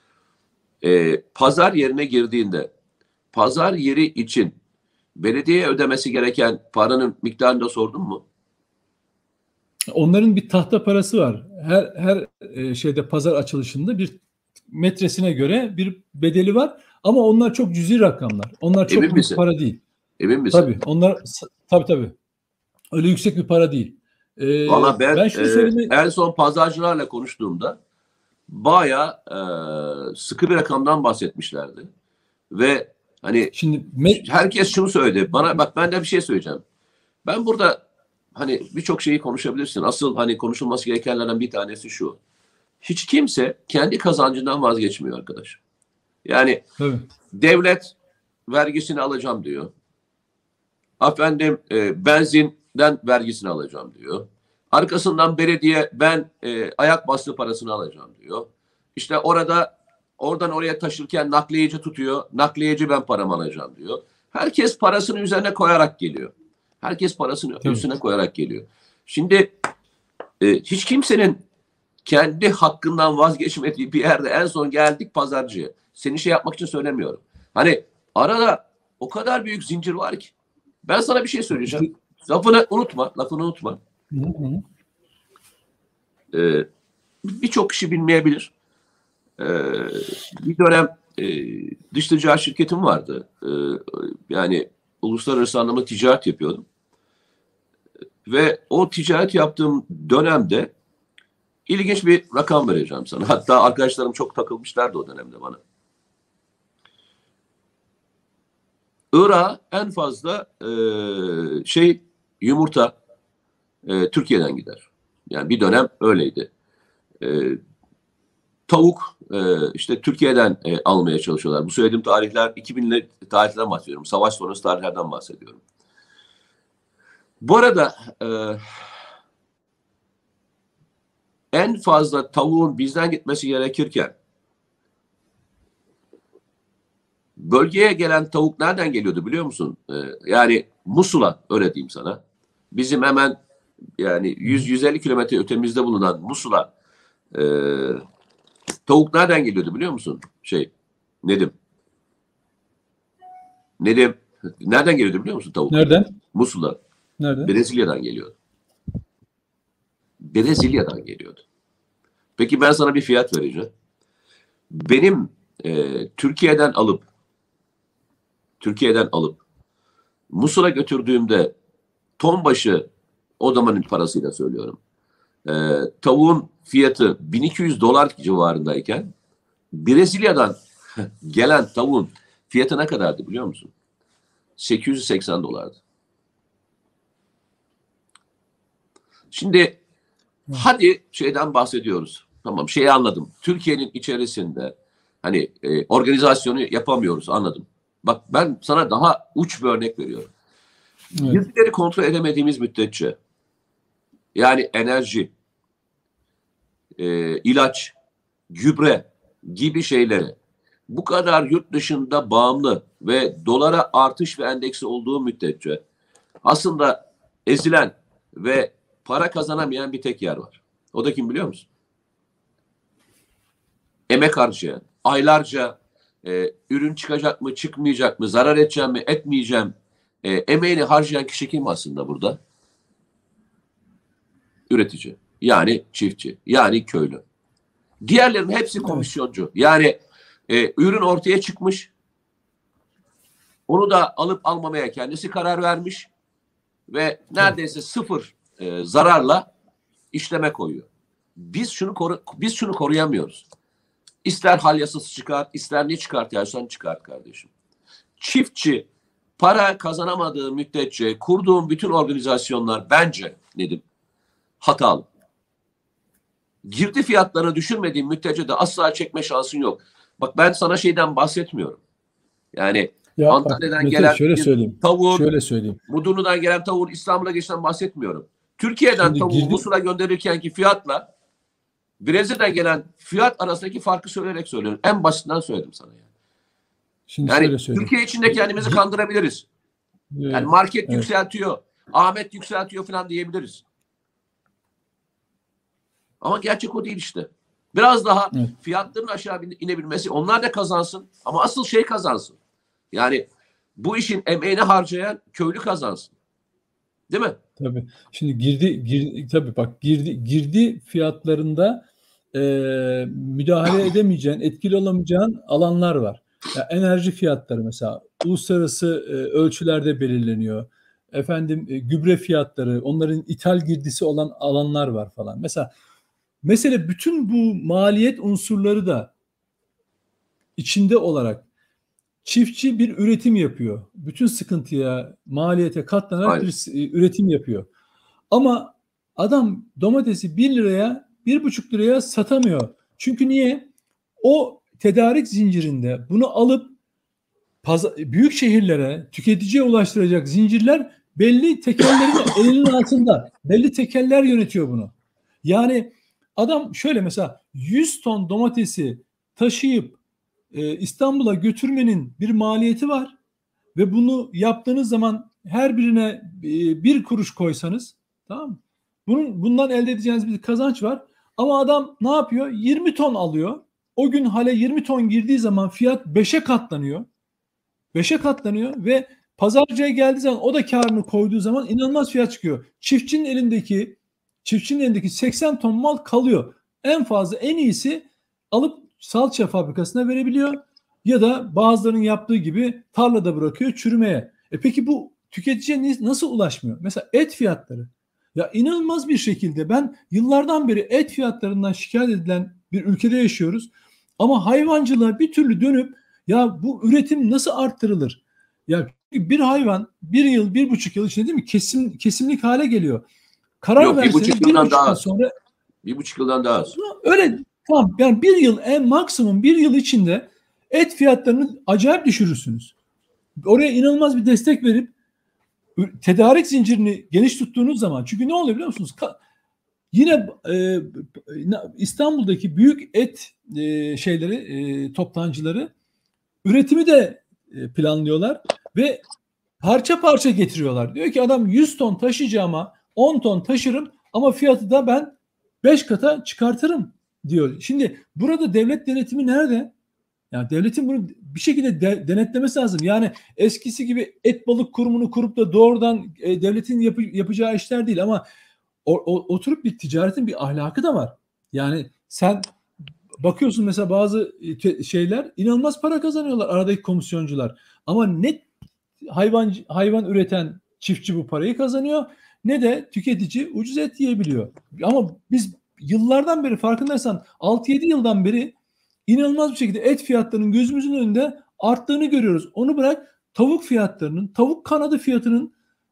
Pazar yerine girdiğinde, pazar yeri için belediye ödemesi gereken paranın miktarını da sordun mu? Onların bir tahta parası var. her şeyde pazar açılışında bir metresine göre bir bedeli var ama onlar çok cüzi rakamlar. Onlar çok Emin büyük misin? para değil. Emin misin? Tabii onlar tabii. Öyle yüksek bir para değil. Valla ben Ben şunu söylemek en son pazarcılarla konuştuğumda bayağı sıkı bir rakamdan bahsetmişlerdi. Ve hani şimdi herkes şunu söyledi. Bana bak, ben de bir şey söyleyeceğim. Ben burada hani birçok şeyi konuşabilirsin. Asıl hani konuşulması gerekenlerden bir tanesi şu. Hiç kimse kendi kazancından vazgeçmiyor arkadaş. Yani tabii. devlet vergisini alacağım diyor. Efendim benzinden vergisini alacağım diyor. Arkasından belediye ben ayak bastı parasını alacağım diyor. İşte oradan oraya taşırken nakliyeci tutuyor. Nakliyeci ben paramı alacağım diyor. Herkes parasını üzerine koyarak geliyor. Herkes parasını üstüne koyarak geliyor. Şimdi hiç kimsenin kendi hakkından vazgeçmediği bir yerde en son geldik pazarcıya. Seni şey yapmak için söylemiyorum. Hani arada o kadar büyük zincir var ki. Ben sana bir şey söyleyeceğim. Lafını unutma. Hı hı. Birçok kişi bilmeyebilir. Bir dönem dış ticaret şirketim vardı. Yani uluslararası anlamda ticaret yapıyordum. Ve o ticaret yaptığım dönemde ilginç bir rakam vereceğim sana. Hatta arkadaşlarım çok takılmışlardı o dönemde bana. Irak'a en fazla yumurta Türkiye'den gider. Yani bir dönem öyleydi. Tavuk işte Türkiye'den almaya çalışıyorlar. Bu söylediğim tarihler 2000'li tarihlerden bahsediyorum. Savaş sonrası tarihlerden bahsediyorum. Bu arada en fazla tavuğun bizden gitmesi gerekirken bölgeye gelen tavuk nereden geliyordu biliyor musun? Yani Musul'a, öyle diyeyim sana. Bizim hemen yani 100-150 kilometre ötemizde bulunan Musul'a tavuk nereden geliyordu biliyor musun? Nedim. Nereden geliyordu biliyor musun tavuk? Nereden? Musul'a. Nereden? Brezilya'dan geliyordu. Brezilya'dan geliyordu. Peki ben sana bir fiyat vereceğim. Benim Türkiye'den alıp Musul'a götürdüğümde ton başı, o zamanın parasıyla söylüyorum, tavuğun fiyatı $1200 civarındayken Brezilya'dan gelen tavuğun fiyatı ne kadardı biliyor musun? $880. Şimdi hadi şeyden bahsediyoruz. Tamam, şeyi anladım. Türkiye'nin içerisinde hani organizasyonu yapamıyoruz, anladım. Bak, ben sana daha uç bir örnek veriyorum. Evet. Girdileri kontrol edemediğimiz müddetçe, yani enerji, ilaç, gübre gibi şeyleri bu kadar yurt dışında bağımlı ve dolara artış ve endeksi olduğu müddetçe aslında ezilen ve para kazanamayan bir tek yer var. O da kim biliyor musun? Emek harcayan, aylarca ürün çıkacak mı, çıkmayacak mı, zarar edeceğim mi, etmeyeceğim, emeğini harcayan kişi kim aslında burada? Üretici, yani çiftçi, yani köylü. Diğerlerinin hepsi komisyoncu. Yani ürün ortaya çıkmış, onu da alıp almamaya kendisi karar vermiş ve neredeyse sıfır zararla işleme koyuyor. Biz şunu koruyamıyoruz. İster hal yasası çıkart, ister ne çıkartıyorsan çıkart kardeşim. Çiftçi para kazanamadığı müddetçe kurduğum bütün organizasyonlar bence Nedim hatalı. Girdi fiyatlarını düşürmediğim müddetçe de asla çekme şansın yok. Bak, ben sana şeyden bahsetmiyorum. Yani Ya Antalya'dan Mete, gelen şöyle söyleyeyim. tavuğun, Mudurnu'dan gelen tavuğun İstanbul'a geçten bahsetmiyorum. Türkiye'den Şimdi tavuğu Musul'a gönderirkenki fiyatla Brezilya'dan gelen fiyat arasındaki farkı söyleyerek söylüyorum. En basitinden söyledim sana yani. Şimdi Yani şöyle söyleyeyim. Türkiye içinde kendimizi kandırabiliriz. Yani market yükseltiyor, Ahmet yükseltiyor falan diyebiliriz. Ama gerçek o değil işte. Biraz daha fiyatların aşağı inebilmesi, onlar da kazansın ama asıl şey kazansın. Yani bu işin emeğini harcayan köylü kazansın. Değil mi? Tabii. Şimdi tabii bak girdi fiyatlarında müdahale edemeyeceğin, etkili olamayacağın alanlar var. Ya enerji fiyatları mesela uluslararası ölçülerde belirleniyor. Efendim gübre fiyatları, onların ithal girdisi olan alanlar var falan. Mesela mesele bütün bu maliyet unsurları da içinde olarak çiftçi bir üretim yapıyor. Bütün sıkıntıya, maliyete katlanarak Aynen. bir üretim yapıyor. Ama adam domatesi 1 liraya, 1,5 liraya satamıyor. Çünkü niye? O tedarik zincirinde bunu alıp büyük şehirlere, tüketiciye ulaştıracak zincirler belli tekellerin elinin altında. Belli tekeller yönetiyor bunu. Yani adam şöyle mesela 100 ton domatesi taşıyıp İstanbul'a götürmenin bir maliyeti var ve bunu yaptığınız zaman her birine 1 kuruş koysanız, tamam mı? Bundan elde edeceğiniz bir kazanç var. Ama adam ne yapıyor? 20 ton alıyor. O gün hale 20 ton girdiği zaman fiyat 5'e katlanıyor. 5'e katlanıyor ve pazarcıya geldiği zaman o da karını koyduğu zaman inanılmaz fiyat çıkıyor. Çiftçinin elindeki 80 ton mal kalıyor. En fazla en iyisi alıp salça fabrikasına verebiliyor ya da bazılarının yaptığı gibi tarlada bırakıyor çürümeye. Peki bu tüketiciye nasıl ulaşmıyor? Mesela et fiyatları. Ya inanılmaz bir şekilde ben yıllardan beri et fiyatlarından şikayet edilen bir ülkede yaşıyoruz. Ama hayvancılığa bir türlü dönüp ya bu üretim nasıl arttırılır? Ya bir hayvan 1 yıl, 1,5 yıl içinde değil mi kesimlik hale geliyor. Karar Yok, bir verseniz buçuk bir yıldan daha buçuk yıl az. sonra 1,5 yıldan daha az. öyle tamam yani 1 yıl maksimum 1 yıl içinde et fiyatlarını acayip düşürürsünüz. Oraya inanılmaz bir destek verip tedarik zincirini geniş tuttuğunuz zaman çünkü ne oluyor biliyor musunuz? Yine İstanbul'daki büyük et toptancıları üretimi de planlıyorlar ve parça parça getiriyorlar. Diyor ki adam 100 ton taşıyacağıma 10 ton taşırım ama fiyatı da ben 5 kata çıkartırım diyor. Şimdi burada devlet denetimi nerede? Yani devletin bunu bir şekilde denetlemesi lazım. Yani eskisi gibi et balık kurumunu kurup da doğrudan devletin yapacağı işler değil ama oturup bir ticaretin bir ahlakı da var. Yani sen bakıyorsun mesela bazı şeyler inanılmaz para kazanıyorlar aradaki komisyoncular. Ama ne hayvan üreten çiftçi bu parayı kazanıyor ne de tüketici ucuz et yiyebiliyor. Ama biz yıllardan beri farkındaysan 6-7 yıldan beri inanılmaz bir şekilde et fiyatlarının gözümüzün önünde arttığını görüyoruz. Onu bırak tavuk fiyatlarının, tavuk kanadı fiyatının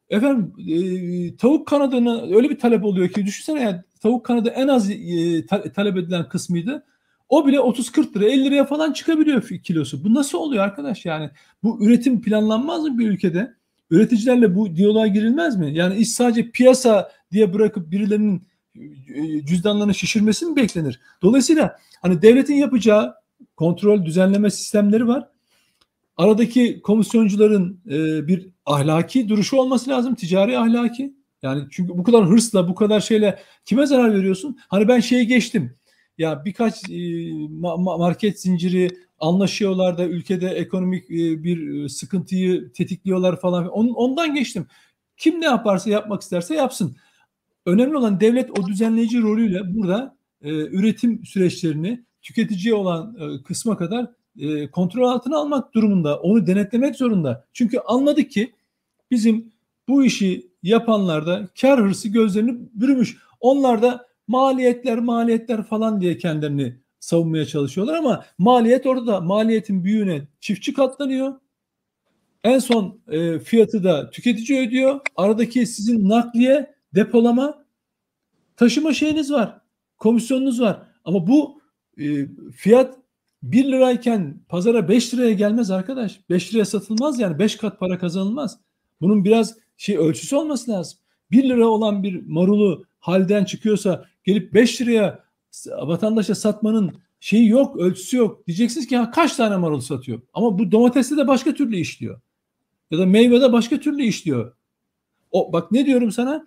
tavuk kanadına öyle bir talep oluyor ki düşünsene yani tavuk kanadı en az talep edilen kısmıydı. O bile 30-40 lira 50 liraya falan çıkabiliyor kilosu. Bu nasıl oluyor arkadaş yani? Bu üretim planlanmaz mı bir ülkede? Üreticilerle bu diyaloğa girilmez mi? Yani iş sadece piyasa diye bırakıp birilerinin cüzdanlarını şişirmesi mi beklenir? Dolayısıyla hani devletin yapacağı kontrol düzenleme sistemleri var. Aradaki komisyoncuların bir ahlaki duruşu olması lazım. Ticari ahlaki. Yani çünkü bu kadar hırsla, bu kadar şeyle kime zarar veriyorsun? Hani ben şeyi geçtim. Ya birkaç market zinciri anlaşıyorlar da ülkede ekonomik bir sıkıntıyı tetikliyorlar falan. Ondan geçtim. Kim ne yaparsa yapmak isterse yapsın. Önemli olan devlet o düzenleyici rolüyle burada üretim süreçlerini tüketiciye olan kısma kadar kontrol altına almak durumunda. Onu denetlemek zorunda. Çünkü anladık ki bizim bu işi yapanlarda kar hırsı gözlerini bürümüş. Onlar da maliyetler falan diye kendilerini savunmaya çalışıyorlar ama maliyet orada. Maliyetin büyüğüne çiftçi katlanıyor. En son fiyatı da tüketici ödüyor. Aradaki sizin nakliye, depolama, taşıma şeyiniz var. Komisyonunuz var. Ama bu fiyat 1 lirayken pazara 5 liraya gelmez arkadaş. 5 liraya satılmaz yani 5 kat para kazanılmaz. Bunun biraz ölçüsü olması lazım. 1 lira olan bir marulu halden çıkıyorsa gelip 5 liraya vatandaşa satmanın şeyi yok, ölçüsü yok. Diyeceksiniz ki kaç tane marul satıyor? Ama bu domateste de başka türlü işliyor. Ya da meyvede başka türlü işliyor. Bak ne diyorum sana?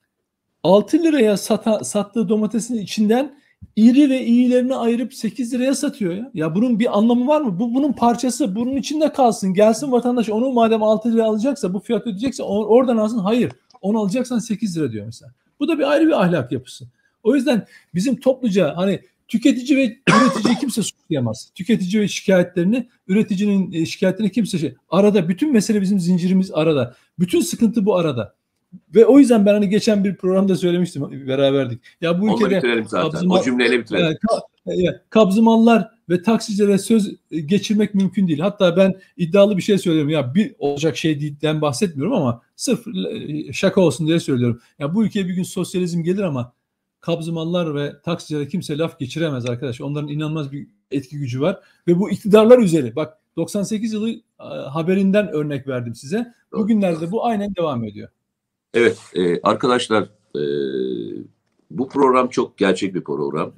6 liraya sattığı domatesin içinden iri ve iyilerini ayırıp 8 liraya satıyor ya. Ya bunun bir anlamı var mı? Bunun parçası bunun içinde kalsın. Gelsin vatandaş onu madem 6 liraya alacaksa bu fiyat ödeyecekse oradan alsın. Hayır. 10 alacaksan 8 lira diyor mesela. Bu da bir ayrı bir ahlak yapısı. O yüzden bizim topluca hani tüketici ve üreticiyi kimse suçlayamaz. Tüketici ve şikayetlerini, üreticinin şikayetlerini kimse arada bütün mesele bizim zincirimiz arada. Bütün sıkıntı bu arada. Ve o yüzden ben hani geçen bir programda söylemiştim, beraberdik. Ya bu ülkede bitirelim zaten. O cümleyle bitirelim. kabzımallar ve taksicilere söz geçirmek mümkün değil. Hatta ben iddialı bir şey söylüyorum. Ya bir olacak şeyden bahsetmiyorum ama sırf şaka olsun diye söylüyorum. Ya bu ülkeye bir gün sosyalizm gelir ama kabzımallar ve taksicilere kimse laf geçiremez arkadaş. Onların inanılmaz bir etki gücü var ve bu iktidarlar üzeri. Bak 98 yılı haberinden örnek verdim size. Bugünlerde bu aynen devam ediyor. Evet arkadaşlar bu program çok gerçek bir program.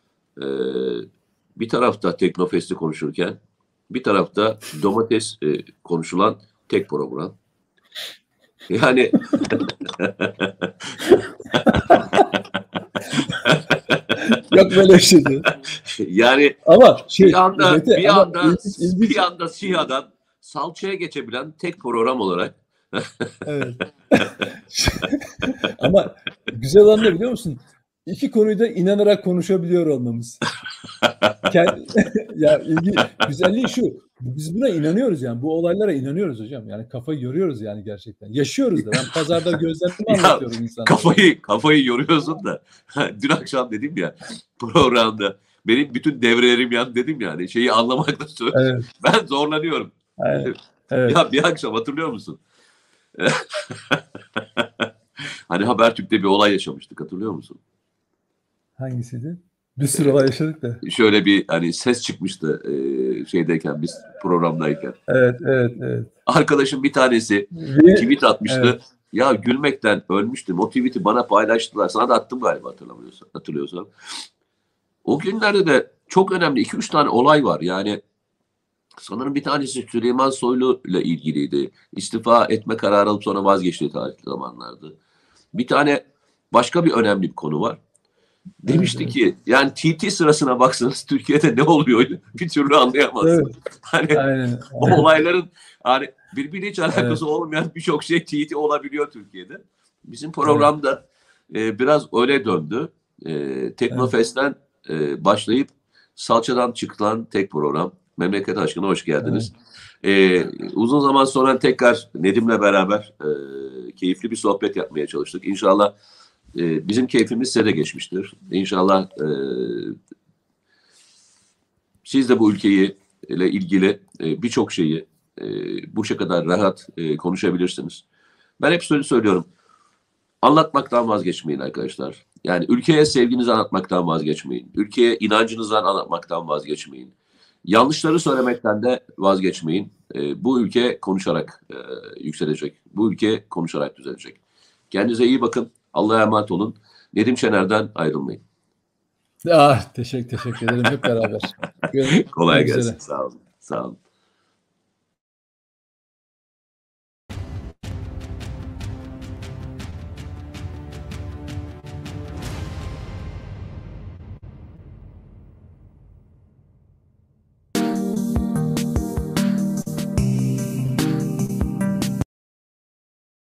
Bir tarafta Teknofest'i konuşurken bir tarafta domates konuşulan tek program. Yani yok böyle bir şey değil. Yani ama bir anda SİHA'dan salçaya geçebilen tek program olarak. Evet. Ama güzel olan ne biliyor musun? İki konuyu da inanarak konuşabiliyor olmamız. Ya güzelliği şu. Biz buna inanıyoruz yani. Bu olaylara inanıyoruz hocam. Yani kafayı yoruyoruz yani gerçekten. Yaşıyoruz da. Ben pazarda gözlerimi anlatıyorum insanlara. Kafayı yoruyorsun da. Dün akşam dedim ya programda benim bütün devrelerim yandı dedim yani. Şeyi anlamakta evet. Ben zorlanıyorum. Evet. Ya bir akşam hatırlıyor musun? Hani Habertürk'te bir olay yaşamıştık, hatırlıyor musun? Hangisiydi? Bir sürü olay yaşadık da. Şöyle bir hani ses çıkmıştı şeydeyken, biz programdayken. Evet. Arkadaşım bir tanesi tweet atmıştı. Evet. Ya gülmekten ölmüştüm. O tweet'i bana paylaştılar. Sana da attım galiba, hatırlıyorsan. O günlerde de çok önemli 2-3 tane olay var. Yani sanırım bir tanesi Süleyman Soylu ile ilgiliydi. İstifa etme kararı alıp sonra vazgeçtiği tarihli zamanlardı. Bir tane başka bir önemli bir konu var. Demişti ki yani TT sırasına baksanız Türkiye'de ne oluyor bir türlü anlayamazsınız. Evet. Hani aynen. O olayların hani birbiriyle hiç alakası olmayan birçok şey TT olabiliyor Türkiye'de. Bizim programda biraz öyle döndü. Teknofest'ten başlayıp salçadan çıkılan tek program. Memleket aşkına hoş geldiniz. Uzun zaman sonra tekrar Nedim'le beraber keyifli bir sohbet yapmaya çalıştık. İnşallah bizim keyfimiz size de geçmiştir. İnşallah siz de bu ülkeyi ile ilgili birçok şeyi bu kadar rahat konuşabilirsiniz. Ben hep söylüyorum. Anlatmaktan vazgeçmeyin arkadaşlar. Yani ülkeye sevginizi anlatmaktan vazgeçmeyin. Ülkeye inancınızdan anlatmaktan vazgeçmeyin. Yanlışları söylemekten de vazgeçmeyin. Bu ülke konuşarak yükselecek. Bu ülke konuşarak düzelecek. Kendinize iyi bakın. Allah'a emanet olun. Nedim Şener'den ayrılmayın. Teşekkür ederim hep beraber. Kolay gelsin. Sağ olun.